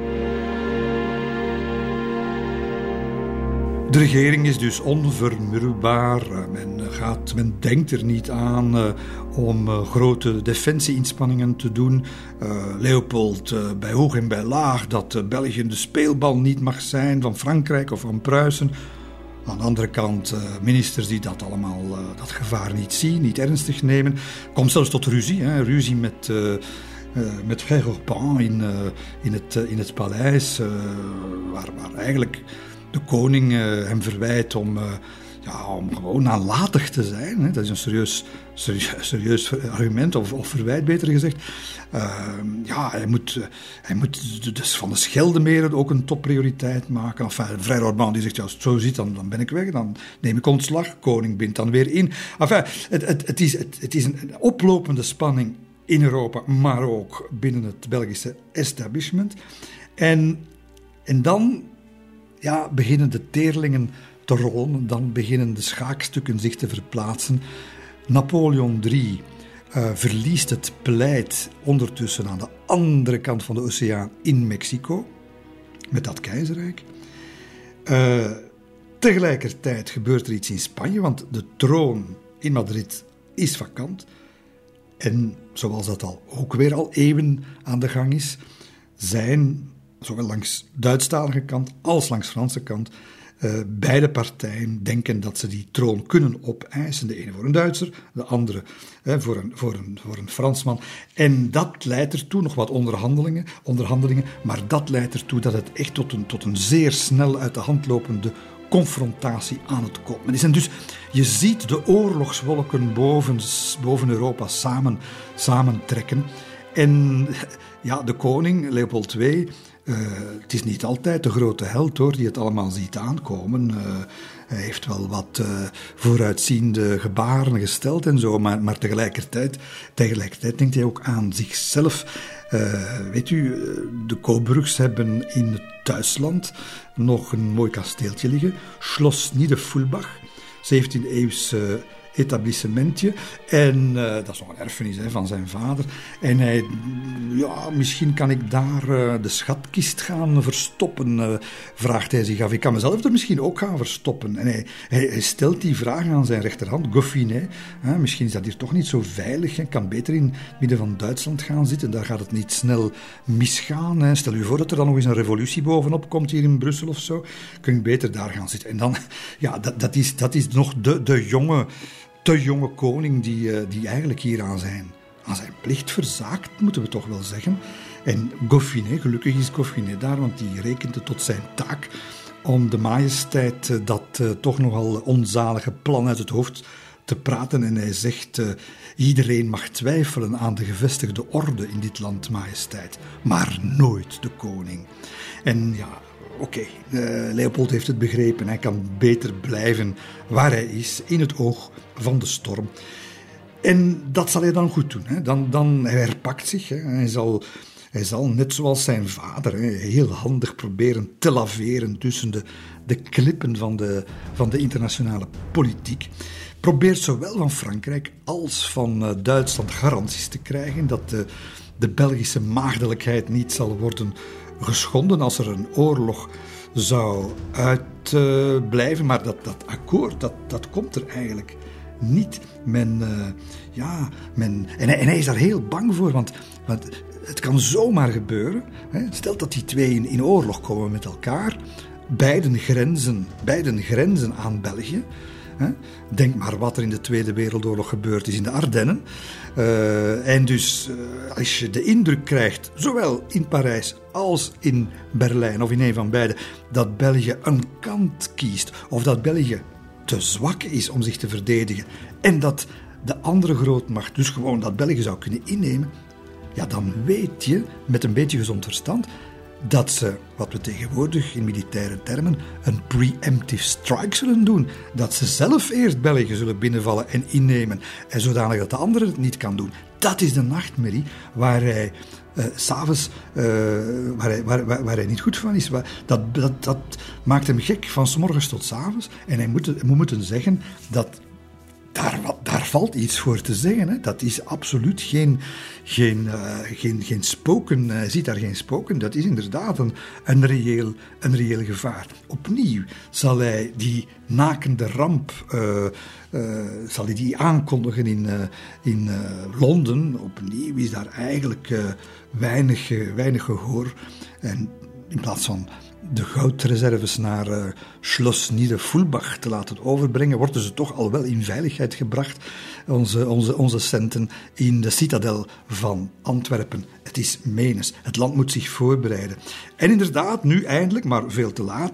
De regering is dus onvermurwbaar. Men, gaat, men denkt er niet aan uh, om uh, grote defensie-inspanningen te doen. Uh, Leopold uh, bij hoog en bij laag dat uh, België de speelbal niet mag zijn van Frankrijk of van Pruisen. Aan de andere kant, uh, ministers die dat allemaal, uh, dat gevaar niet zien, niet ernstig nemen. Komt zelfs tot ruzie, hè? Ruzie met, uh, uh, met Frère Orpan in, uh, in, het, uh, in het paleis, uh, waar, waar eigenlijk de koning uh, hem verwijt om, uh, ja, om gewoon nalatig te zijn. Hè? Dat is een serieus, serieus, serieus argument, of, of verwijt beter gezegd. Uh, ja, hij moet, uh, hij moet dus van de Scheldemeren ook een topprioriteit maken. Enfin, Frère Orban die zegt, ja, als het zo zit, dan, dan ben ik weg, dan neem ik ontslag, koning bindt dan weer in. Enfin, het, het, het, is, het, het is een oplopende spanning in Europa, maar ook binnen het Belgische establishment. En, en dan ja, beginnen de teerlingen te rollen, dan beginnen de schaakstukken zich te verplaatsen. Napoleon de derde uh, verliest het pleit ondertussen aan de andere kant van de oceaan in Mexico, met dat keizerrijk. Uh, tegelijkertijd gebeurt er iets in Spanje, want de troon in Madrid is vakant. En zoals dat al ook weer al eeuwen aan de gang is, zijn, zowel langs Duitsstalige kant als langs Franse kant, Uh, beide partijen denken dat ze die troon kunnen opeisen. De ene voor een Duitser, de andere uh, voor, een, voor, een, voor een Fransman. En dat leidt ertoe, nog wat onderhandelingen, onderhandelingen, maar dat leidt ertoe dat het echt tot een, tot een zeer snel uit de hand lopende confrontatie aan het komen is. En dus je ziet de oorlogswolken boven, boven Europa samen, samentrekken. En ja, de koning, Leopold de tweede, Uh, het is niet altijd de grote held hoor, die het allemaal ziet aankomen. Uh, hij heeft wel wat uh, vooruitziende gebaren gesteld en zo, maar, maar tegelijkertijd, tegelijkertijd denkt hij ook aan zichzelf. Uh, weet u, de Coburgs hebben in het Duitsland nog een mooi kasteeltje liggen, Schloss Niederfulbach, zeventiende eeuws uh, etablissementje. En uh, dat is nog een erfenis hè, van zijn vader. En hij, ja, misschien kan ik daar uh, de schatkist gaan verstoppen, uh, vraagt hij zich af. Ik kan mezelf er misschien ook gaan verstoppen. En hij, hij, hij stelt die vraag aan zijn rechterhand, Goffinet. Hè, misschien is dat hier toch niet zo veilig. Hij kan beter in het midden van Duitsland gaan zitten. Daar gaat het niet snel misgaan. Hè. Stel u voor dat er dan nog eens een revolutie bovenop komt hier in Brussel of zo. Kun je beter daar gaan zitten. En dan, ja, dat, dat, is, dat is nog de, de jonge... te jonge koning die, die eigenlijk hier aan zijn, aan zijn plicht verzaakt, moeten we toch wel zeggen. En Goffinet, gelukkig is Goffinet daar, want die rekent het tot zijn taak om de majesteit dat uh, toch nogal onzalige plan uit het hoofd te praten. En hij zegt, uh, iedereen mag twijfelen aan de gevestigde orde in dit land, majesteit, maar nooit de koning. En ja... Oké, okay, uh, Leopold heeft het begrepen. Hij kan beter blijven waar hij is, in het oog van de storm. En dat zal hij dan goed doen. Hè. Dan, dan, hij herpakt zich. Hè. Hij, zal, hij zal, net zoals zijn vader, hè, heel handig proberen te laveren tussen de, de klippen van de, van de internationale politiek. probeert zowel van Frankrijk als van uh, Duitsland garanties te krijgen dat de, de Belgische maagdelijkheid niet zal worden geschonden als er een oorlog zou uitblijven. Uh, maar dat, dat akkoord, dat, dat komt er eigenlijk niet. Men, uh, ja, men, en, hij, en hij is daar heel bang voor, want, want het kan zomaar gebeuren. Hè. Stel dat die twee in, in oorlog komen met elkaar. Beiden grenzen, beiden grenzen aan België. Hè. Denk maar wat er in de Tweede Wereldoorlog gebeurd is in de Ardennen. Uh, en dus uh, als je de indruk krijgt, zowel in Parijs als in Berlijn of in een van beide, dat België een kant kiest of dat België te zwak is om zich te verdedigen en dat de andere grootmacht dus gewoon dat België zou kunnen innemen, ja, dan weet je met een beetje gezond verstand dat ze, wat we tegenwoordig in militaire termen, een preemptive strike zullen doen. Dat ze zelf eerst België zullen binnenvallen en innemen, en zodanig dat de andere het niet kan doen. Dat is de nachtmerrie waar hij uh, s'avonds uh, waar, hij, waar, waar, waar hij niet goed van is. Dat, dat, dat maakt hem gek van 's morgens tot 's avonds. En hij moet, hij moet moeten zeggen dat Daar, daar valt iets voor te zeggen. Hè. Dat is absoluut geen, geen, uh, geen, geen spoken. Hij ziet daar geen spoken. Dat is inderdaad een, een, reëel, een reëel gevaar. Opnieuw zal hij die nakende ramp uh, uh, zal hij die aankondigen in, uh, in uh, Londen. Opnieuw is daar eigenlijk uh, weinig, uh, weinig gehoor. En in plaats van de goudreserves naar uh, Schloss Nieder-Fulbach te laten overbrengen, worden ze toch al wel in veiligheid gebracht, onze, onze, onze centen, in de citadel van Antwerpen. Het is menens. Het land moet zich voorbereiden. En inderdaad, nu eindelijk, maar veel te laat,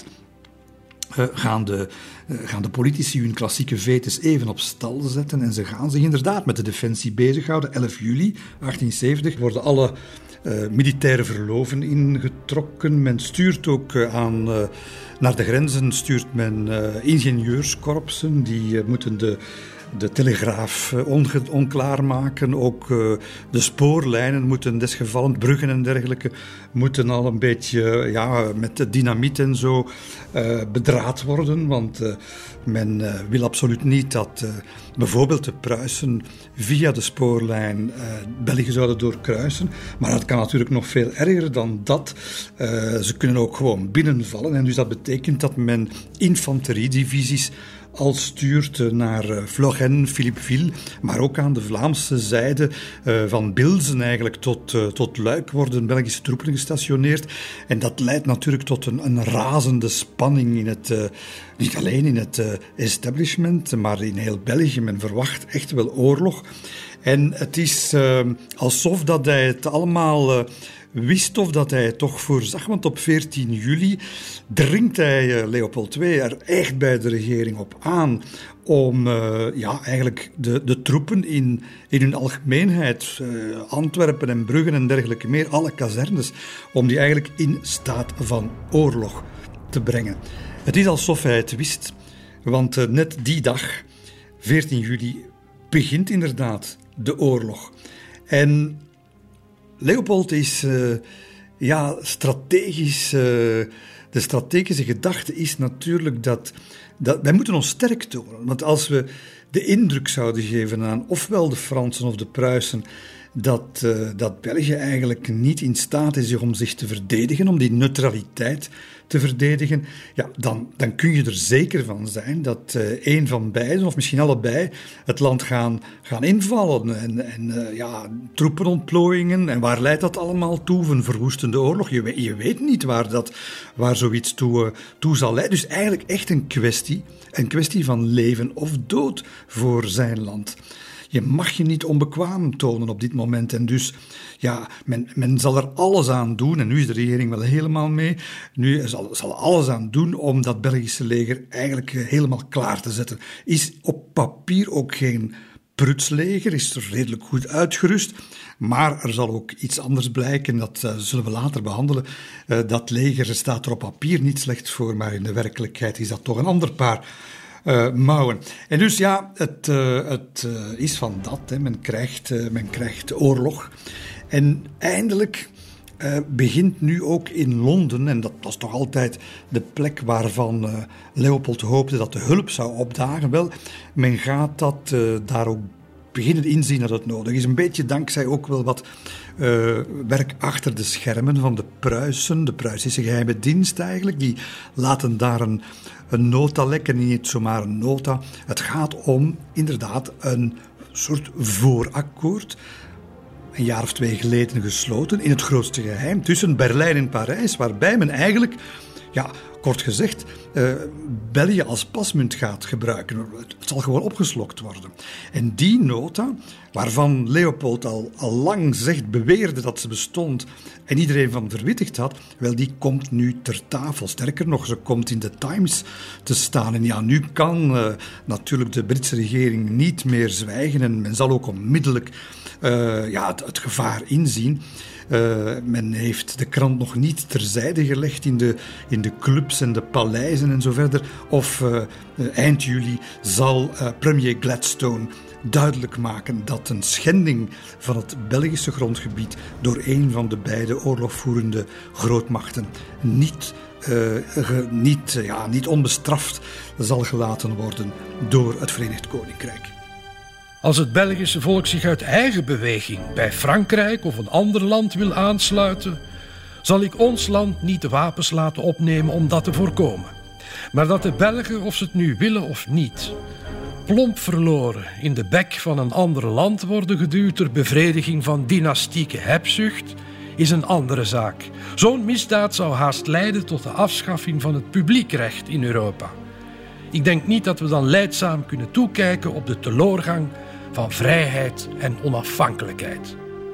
Uh, gaan, de, uh, gaan de politici hun klassieke vetes even op stal zetten en ze gaan zich inderdaad met de defensie bezighouden. elf juli achttienzeventig worden alle uh, militaire verloven ingetrokken. Men stuurt ook uh, aan, uh, naar de grenzen stuurt men uh, ingenieurskorpsen, die uh, moeten de de telegraaf onge- onklaar maken. Ook uh, de spoorlijnen moeten desgevallen, bruggen en dergelijke, moeten al een beetje ja, met de dynamiet en zo uh, bedraad worden. Want uh, men uh, wil absoluut niet dat uh, bijvoorbeeld de Pruisen via de spoorlijn uh, België zouden doorkruisen. Maar dat kan natuurlijk nog veel erger dan dat. Uh, ze kunnen ook gewoon binnenvallen. En dus dat betekent dat men infanteriedivisies al stuurt naar Florennes, Philippeville, maar ook aan de Vlaamse zijde uh, van Bilzen eigenlijk tot, uh, tot Luik worden Belgische troepen gestationeerd. En dat leidt natuurlijk tot een, een razende spanning in het, uh, niet alleen in het uh, establishment, maar in heel België. Men verwacht echt wel oorlog. En het is uh, alsof dat hij het allemaal Uh, wist of dat hij het toch voorzag, want op veertien juli dringt hij uh, Leopold de Tweede er echt bij de regering op aan om uh, ja, eigenlijk de, de troepen in, in hun algemeenheid, uh, Antwerpen en Brugge en dergelijke meer, alle kazernes, om die eigenlijk in staat van oorlog te brengen. Het is alsof hij het wist, want uh, net die dag, veertien juli, begint inderdaad de oorlog. En Leopold is uh, ja, strategisch. Uh, de strategische gedachte is natuurlijk dat, dat wij moeten ons sterk tonen. Want als we de indruk zouden geven aan ofwel de Fransen of de Pruisen dat, uh, dat België eigenlijk niet in staat is om zich te verdedigen, om die neutraliteit te verdedigen, ja, dan, dan kun je er zeker van zijn dat uh, een van beiden, of misschien allebei, het land gaan, gaan invallen. En, en uh, ja, troepenontplooiingen. En waar leidt dat allemaal toe? Een verwoestende oorlog. Je, je weet niet waar, dat, waar zoiets toe, uh, toe zal leiden. Dus eigenlijk echt een kwestie, een kwestie van leven of dood voor zijn land. Je mag je niet onbekwaam tonen op dit moment. En dus, ja, men, men zal er alles aan doen. En nu is de regering wel helemaal mee. Nu zal, zal alles aan doen om dat Belgische leger eigenlijk helemaal klaar te zetten. Is op papier ook geen prutsleger, is er redelijk goed uitgerust. Maar er zal ook iets anders blijken, dat uh, zullen we later behandelen. Uh, dat leger staat er op papier niet slecht voor, maar in de werkelijkheid is dat toch een ander paar Uh, mouwen. En dus ja, het, uh, het uh, is van dat. Hè. Men krijgt, uh, men krijgt oorlog. En eindelijk uh, begint nu ook in Londen. En dat was toch altijd de plek waarvan uh, Leopold hoopte dat de hulp zou opdagen. Wel, men gaat dat uh, daar ook beginnen inzien dat het nodig is. Een beetje dankzij ook wel wat uh, werk achter de schermen van de Pruisen, de Pruisische geheime dienst eigenlijk. Die laten daar een, een nota lekken, niet zomaar een nota. Het gaat om inderdaad een soort voorakkoord, een jaar of twee geleden gesloten, in het grootste geheim, tussen Berlijn en Parijs, waarbij men eigenlijk, ja, kort gezegd, uh, België als pasmunt gaat gebruiken. Het zal gewoon opgeslokt worden. En die nota, waarvan Leopold al, al lang zegt, beweerde dat ze bestond en iedereen van verwittigd had, wel, die komt nu ter tafel. Sterker nog, ze komt in de Times te staan. En ja, nu kan uh, natuurlijk de Britse regering niet meer zwijgen en men zal ook onmiddellijk uh, ja, het, het gevaar inzien. Uh, men heeft de krant nog niet terzijde gelegd in de, in de clubs en de paleizen en zo verder. Of uh, eind juli zal uh, premier Gladstone duidelijk maken dat een schending van het Belgische grondgebied door een van de beide oorlogvoerende grootmachten niet, uh, ge, niet, uh, ja, niet onbestraft zal gelaten worden door het Verenigd Koninkrijk. Als het Belgische volk zich uit eigen beweging bij Frankrijk of een ander land wil aansluiten, zal ik ons land niet de wapens laten opnemen om dat te voorkomen. Maar dat de Belgen, of ze het nu willen of niet, plomp verloren in de bek van een ander land worden geduwd ter bevrediging van dynastieke hebzucht, is een andere zaak. Zo'n misdaad zou haast leiden tot de afschaffing van het publiekrecht in Europa. Ik denk niet dat we dan lijdzaam kunnen toekijken op de teloorgang van vrijheid en onafhankelijkheid.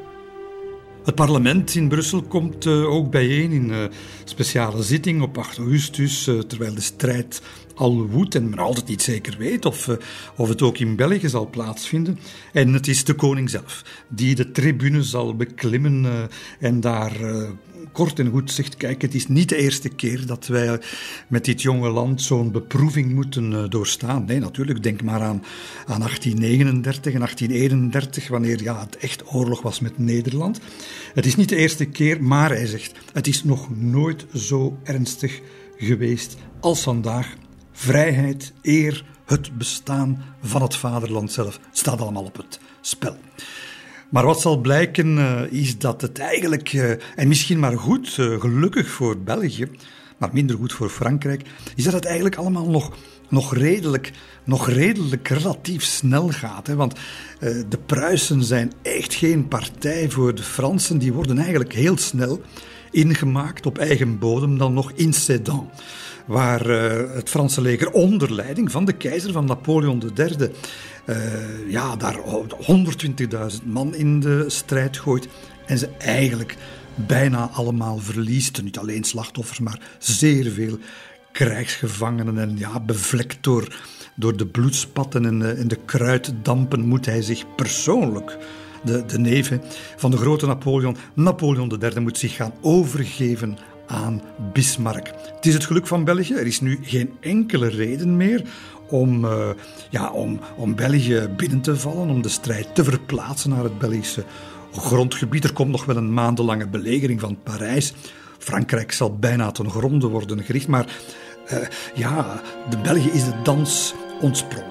Het parlement in Brussel komt uh, ook bijeen in uh, speciale zitting op acht augustus, uh, terwijl de strijd al woedt en men altijd niet zeker weet of, uh, of het ook in België zal plaatsvinden. En het is de koning zelf die de tribune zal beklimmen uh, en daar uh, kort en goed zegt, kijk, het is niet de eerste keer dat wij met dit jonge land zo'n beproeving moeten uh, doorstaan. Nee, natuurlijk, denk maar aan, aan achttien negenendertig en achttien eenendertig, wanneer ja, het echt oorlog was met Nederland. Het is niet de eerste keer, maar hij zegt, het is nog nooit zo ernstig geweest als vandaag. Vrijheid, eer, het bestaan van het vaderland zelf staat allemaal op het spel. Maar wat zal blijken uh, is dat het eigenlijk, uh, en misschien maar goed, uh, gelukkig voor België, maar minder goed voor Frankrijk, is dat het eigenlijk allemaal nog, nog, redelijk, nog redelijk relatief snel gaat. Hè? Want uh, de Pruisen zijn echt geen partij voor de Fransen. Die worden eigenlijk heel snel ingemaakt op eigen bodem, dan nog in Sedan, waar uh, het Franse leger onder leiding van de keizer, van Napoleon de derde, uh, ja, daar honderdtwintigduizend man in de strijd gooit en ze eigenlijk bijna allemaal verliest. Niet alleen slachtoffers, maar zeer veel krijgsgevangenen. En ja, bevlekt door, door de bloedspatten en de, en de kruiddampen moet hij zich persoonlijk, de, de neef van de grote Napoleon, Napoleon de derde, moet zich gaan overgeven aan Bismarck. Het is het geluk van België. Er is nu geen enkele reden meer om, uh, ja, om, om België binnen te vallen, om de strijd te verplaatsen naar het Belgische grondgebied. Er komt nog wel een maandenlange belegering van Parijs. Frankrijk zal bijna ten gronde worden gericht, maar uh, ja, de België is de dans ontsprongen.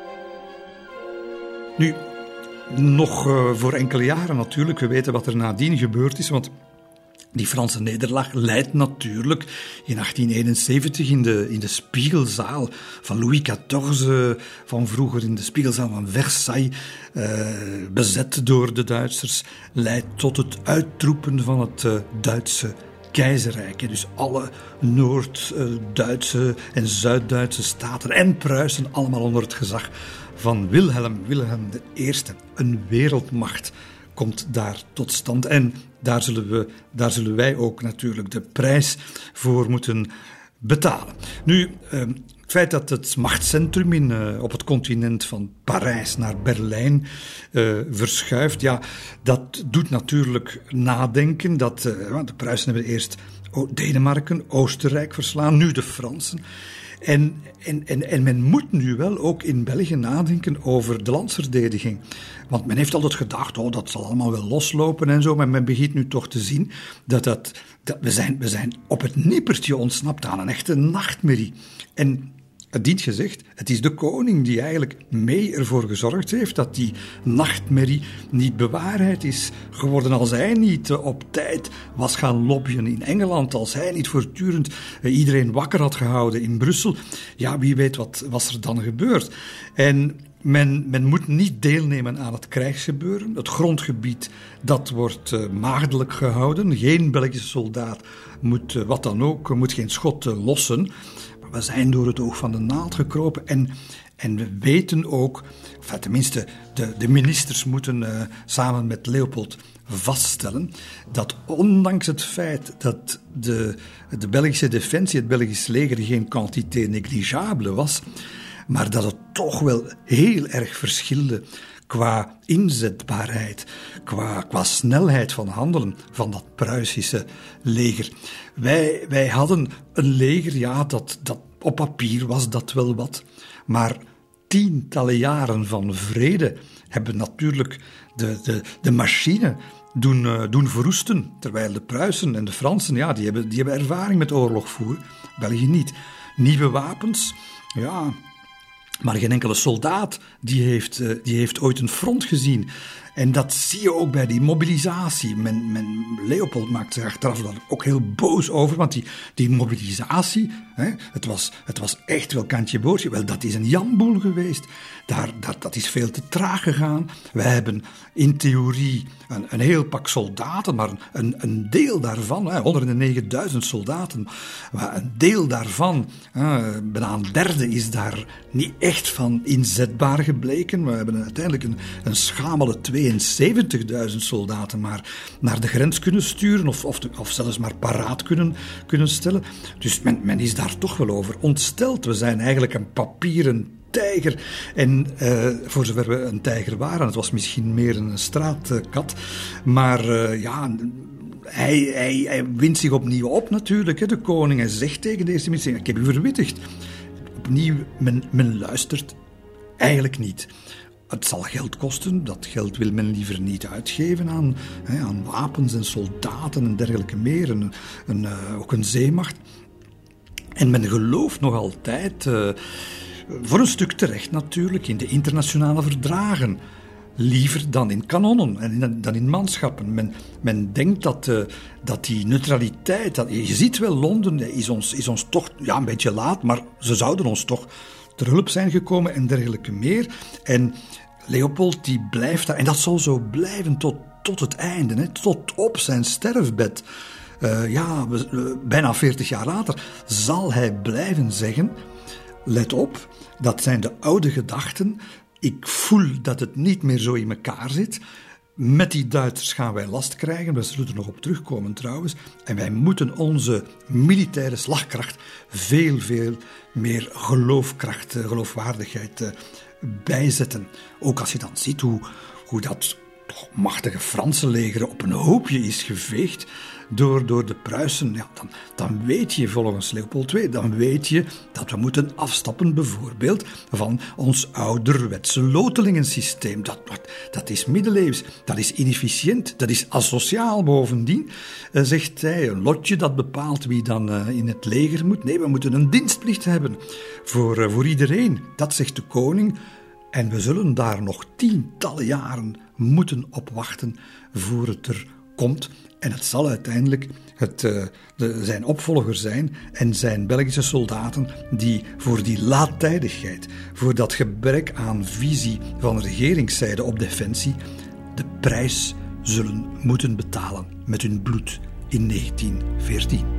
Nu, nog uh, voor enkele jaren natuurlijk. We weten wat er nadien gebeurd is, want die Franse nederlaag leidt natuurlijk in achttien eenenzeventig in de, in de Spiegelzaal van Louis veertien, van vroeger in de Spiegelzaal van Versailles, uh, bezet door de Duitsers, leidt tot het uitroepen van het uh, Duitse keizerrijk. Dus alle Noord-Duitse en Zuid-Duitse staten en Pruisen allemaal onder het gezag van Wilhelm, Wilhelm de Eerste, een wereldmacht, komt daar tot stand. En daar zullen, we, daar zullen wij ook natuurlijk de prijs voor moeten betalen. Nu, eh, het feit dat het machtscentrum in, uh, op het continent van Parijs naar Berlijn uh, verschuift, ja, dat doet natuurlijk nadenken. Dat, uh, de Pruisen hebben eerst Denemarken, Oostenrijk verslaan, nu de Fransen. En, en, en, en men moet nu wel ook in België nadenken over de landsverdediging. Want men heeft altijd gedacht, oh, dat zal allemaal wel loslopen en zo, maar men begint nu toch te zien dat, dat, dat we, zijn, we zijn op het nippertje ontsnapt aan een echte nachtmerrie. En het dient gezegd, het is de koning die eigenlijk mee ervoor gezorgd heeft dat die nachtmerrie niet bewaarheid is geworden. Als hij niet op tijd was gaan lobbyen in Engeland, als hij niet voortdurend iedereen wakker had gehouden in Brussel, ja, wie weet wat was er dan gebeurd. En men, men moet niet deelnemen aan het krijgsgebeuren. Het grondgebied, dat wordt uh, maagdelijk gehouden. Geen Belgische soldaat moet, uh, wat dan ook, moet geen schot uh, lossen. We zijn door het oog van de naald gekropen en, en we weten ook, enfin, tenminste de, de ministers moeten uh, samen met Leopold vaststellen, dat ondanks het feit dat de, de Belgische defensie, het Belgisch leger, geen quantité négligeable was, maar dat het toch wel heel erg verschilde qua inzetbaarheid, qua, qua snelheid van handelen van dat Pruisische leger. Wij, wij hadden een leger, ja, dat, dat op papier was dat wel wat, maar tientallen jaren van vrede hebben natuurlijk de, de, de machine doen, uh, doen verroesten, terwijl de Pruisen en de Fransen, ja, die hebben, die hebben ervaring met oorlogvoer, België niet. Nieuwe wapens, ja, maar geen enkele soldaat die heeft, uh, die heeft ooit een front gezien. En dat zie je ook bij die mobilisatie. Men, men, Leopold maakt zich achteraf daar ook heel boos over, want die, die mobilisatie, hè, het, was, het was echt wel kantje boordje. Wel, dat is een janboel geweest. Daar, dat, dat is veel te traag gegaan. Wij hebben in theorie een, een heel pak soldaten, maar een, een deel daarvan, hè, honderdnegenduizend soldaten, maar een deel daarvan, hè, bijna een derde, is daar niet echt van inzetbaar gebleken. We hebben uiteindelijk een, een schamele tweeënzeventigduizend soldaten maar naar de grens kunnen sturen of, of, of zelfs maar paraat kunnen, kunnen stellen. Dus men, men is daar toch wel over ontsteld. We zijn eigenlijk een papieren tijger. En uh, voor zover we een tijger waren, het was misschien meer een straatkat, maar uh, ja, hij, hij, hij wint zich opnieuw op natuurlijk, hè, de koning. Hij zegt tegen de eerste minister, ik heb u verwittigd. Opnieuw, men, men luistert eigenlijk niet. Het zal geld kosten, dat geld wil men liever niet uitgeven aan, hè, aan wapens en soldaten en dergelijke meer, een, een, uh, ook een zeemacht. En men gelooft nog altijd, uh, voor een stuk terecht natuurlijk, in de internationale verdragen. Liever dan in kanonnen en dan in manschappen. Men, men denkt dat, uh, dat die neutraliteit, dat, je ziet wel, Londen is ons, is ons toch ja, een beetje laat, maar ze zouden ons toch ter hulp zijn gekomen en dergelijke meer. En Leopold die blijft daar, en dat zal zo blijven tot, tot het einde, hè, tot op zijn sterfbed. Uh, ja, we, uh, bijna veertig jaar later zal hij blijven zeggen, let op, dat zijn de oude gedachten. Ik voel dat het niet meer zo in elkaar zit. Met die Duitsers gaan wij last krijgen. We zullen er nog op terugkomen trouwens. En wij moeten onze militaire slagkracht veel, veel meer geloofkracht, geloofwaardigheid uh, bijzetten. Ook als je dan ziet hoe, hoe dat toch machtige Franse leger op een hoopje is geveegd door, door de Pruisen, ja, dan, dan weet je volgens Leopold de Tweede, dan weet je dat we moeten afstappen bijvoorbeeld van ons ouderwetse lotelingensysteem. Dat, dat is middeleeuws, dat is inefficiënt, dat is asociaal bovendien, uh, zegt hij. Een lotje dat bepaalt wie dan uh, in het leger moet. Nee, we moeten een dienstplicht hebben voor, uh, voor iedereen. Dat zegt de koning. En we zullen daar nog tientallen jaren moeten op wachten voor het er komt. En het zal uiteindelijk het, uh, de, zijn opvolger zijn en zijn Belgische soldaten die voor die laattijdigheid, voor dat gebrek aan visie van regeringszijde op defensie, de prijs zullen moeten betalen met hun bloed in negentien veertien.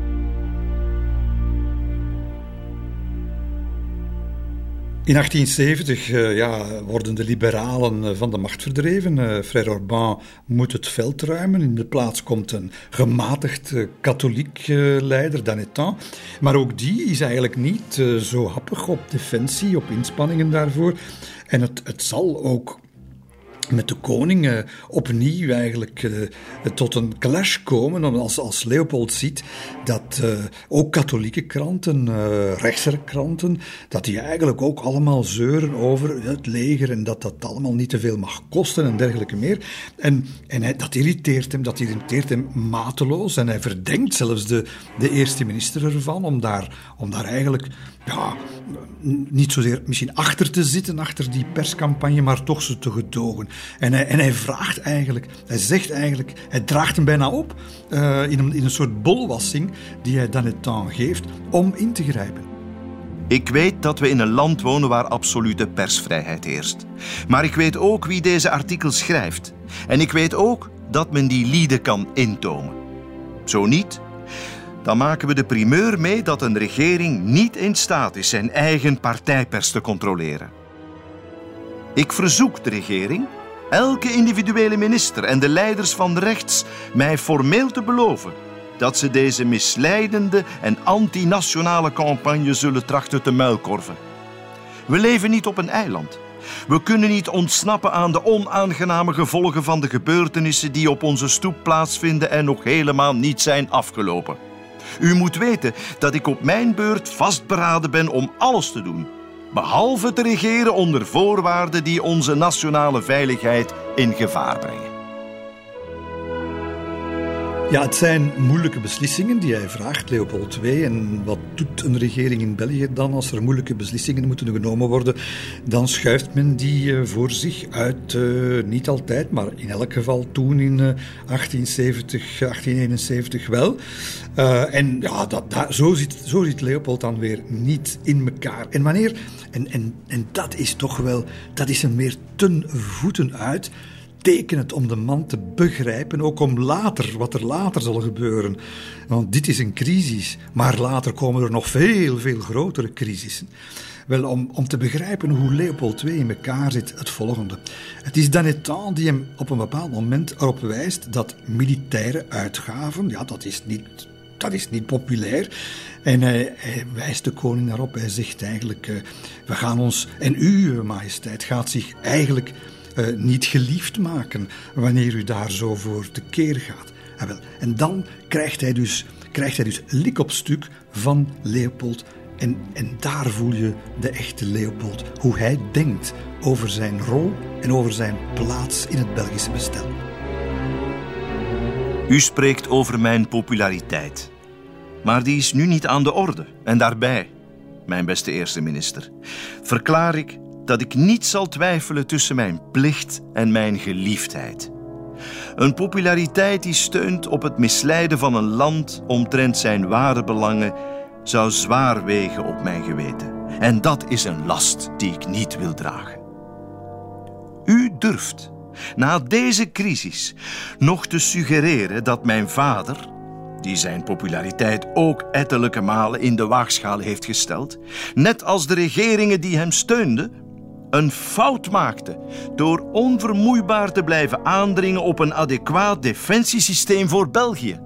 In achttien zeventig uh, ja, worden de liberalen van de macht verdreven. Uh, Frère Orban moet het veld ruimen. In de plaats komt een gematigd uh, katholiek uh, leider, Danettan. Maar ook die is eigenlijk niet uh, zo happig op defensie, op inspanningen daarvoor. En het, het zal ook met de koning uh, opnieuw eigenlijk uh, tot een clash komen. Als, als Leopold ziet dat uh, ook katholieke kranten, uh, rechtse kranten, dat die eigenlijk ook allemaal zeuren over het leger en dat dat allemaal niet te veel mag kosten en dergelijke meer. En, en hij, dat irriteert hem, dat irriteert hem mateloos en hij verdenkt zelfs de, de eerste minister ervan om daar, om daar eigenlijk ja, niet zozeer misschien achter te zitten, achter die perscampagne, maar toch ze te gedogen. En hij, en hij vraagt eigenlijk, hij zegt eigenlijk, hij draagt hem bijna op uh, in, een, in een soort bolwassing die hij Danettan geeft om in te grijpen. Ik weet dat we in een land wonen waar absolute persvrijheid heerst. Maar ik weet ook wie deze artikels schrijft. En ik weet ook dat men die lieden kan intomen. Zo niet, dan maken we de primeur mee dat een regering niet in staat is zijn eigen partijpers te controleren. Ik verzoek de regering, elke individuele minister en de leiders van rechts mij formeel te beloven dat ze deze misleidende en antinationale campagne zullen trachten te muilkorven. We leven niet op een eiland. We kunnen niet ontsnappen aan de onaangename gevolgen van de gebeurtenissen die op onze stoep plaatsvinden en nog helemaal niet zijn afgelopen. U moet weten dat ik op mijn beurt vastberaden ben om alles te doen, behalve te regeren onder voorwaarden die onze nationale veiligheid in gevaar brengen. Ja, het zijn moeilijke beslissingen die hij vraagt, Leopold de Tweede. En wat doet een regering in België dan als er moeilijke beslissingen moeten genomen worden? Dan schuift men die voor zich uit, uh, niet altijd, maar in elk geval toen in uh, achttien zeventig, achttien eenenzeventig wel. Uh, en ja, dat, dat, zo, zit, zo zit Leopold dan weer niet in elkaar. En wanneer, en, en, en dat is toch wel, dat is hem weer ten voeten uit. Teken het om de man te begrijpen, ook om later, wat er later zal gebeuren. Want dit is een crisis, maar later komen er nog veel, veel grotere crisissen. Wel, om, om te begrijpen hoe Leopold de Tweede in elkaar zit, het volgende. Het is Danettan die hem op een bepaald moment erop wijst dat militaire uitgaven, ja, dat is niet, dat is niet populair. En hij, hij wijst de koning daarop, hij zegt eigenlijk, uh, we gaan ons, en u, majesteit, gaat zich eigenlijk Uh, niet geliefd maken wanneer u daar zo voor tekeer gaat. En, wel, en dan krijgt hij dus, krijgt hij dus lik op stuk van Leopold. En, en daar voel je de echte Leopold, hoe hij denkt over zijn rol en over zijn plaats in het Belgische bestel. U spreekt over mijn populariteit. Maar die is nu niet aan de orde. En daarbij, mijn beste eerste minister, verklaar ik dat ik niet zal twijfelen tussen mijn plicht en mijn geliefdheid. Een populariteit die steunt op het misleiden van een land omtrent zijn ware belangen zou zwaar wegen op mijn geweten. En dat is een last die ik niet wil dragen. U durft, na deze crisis, nog te suggereren dat mijn vader, die zijn populariteit ook ettelijke malen in de waagschaal heeft gesteld, net als de regeringen die hem steunden, een fout maakte door onvermoeibaar te blijven aandringen op een adequaat defensiesysteem voor België.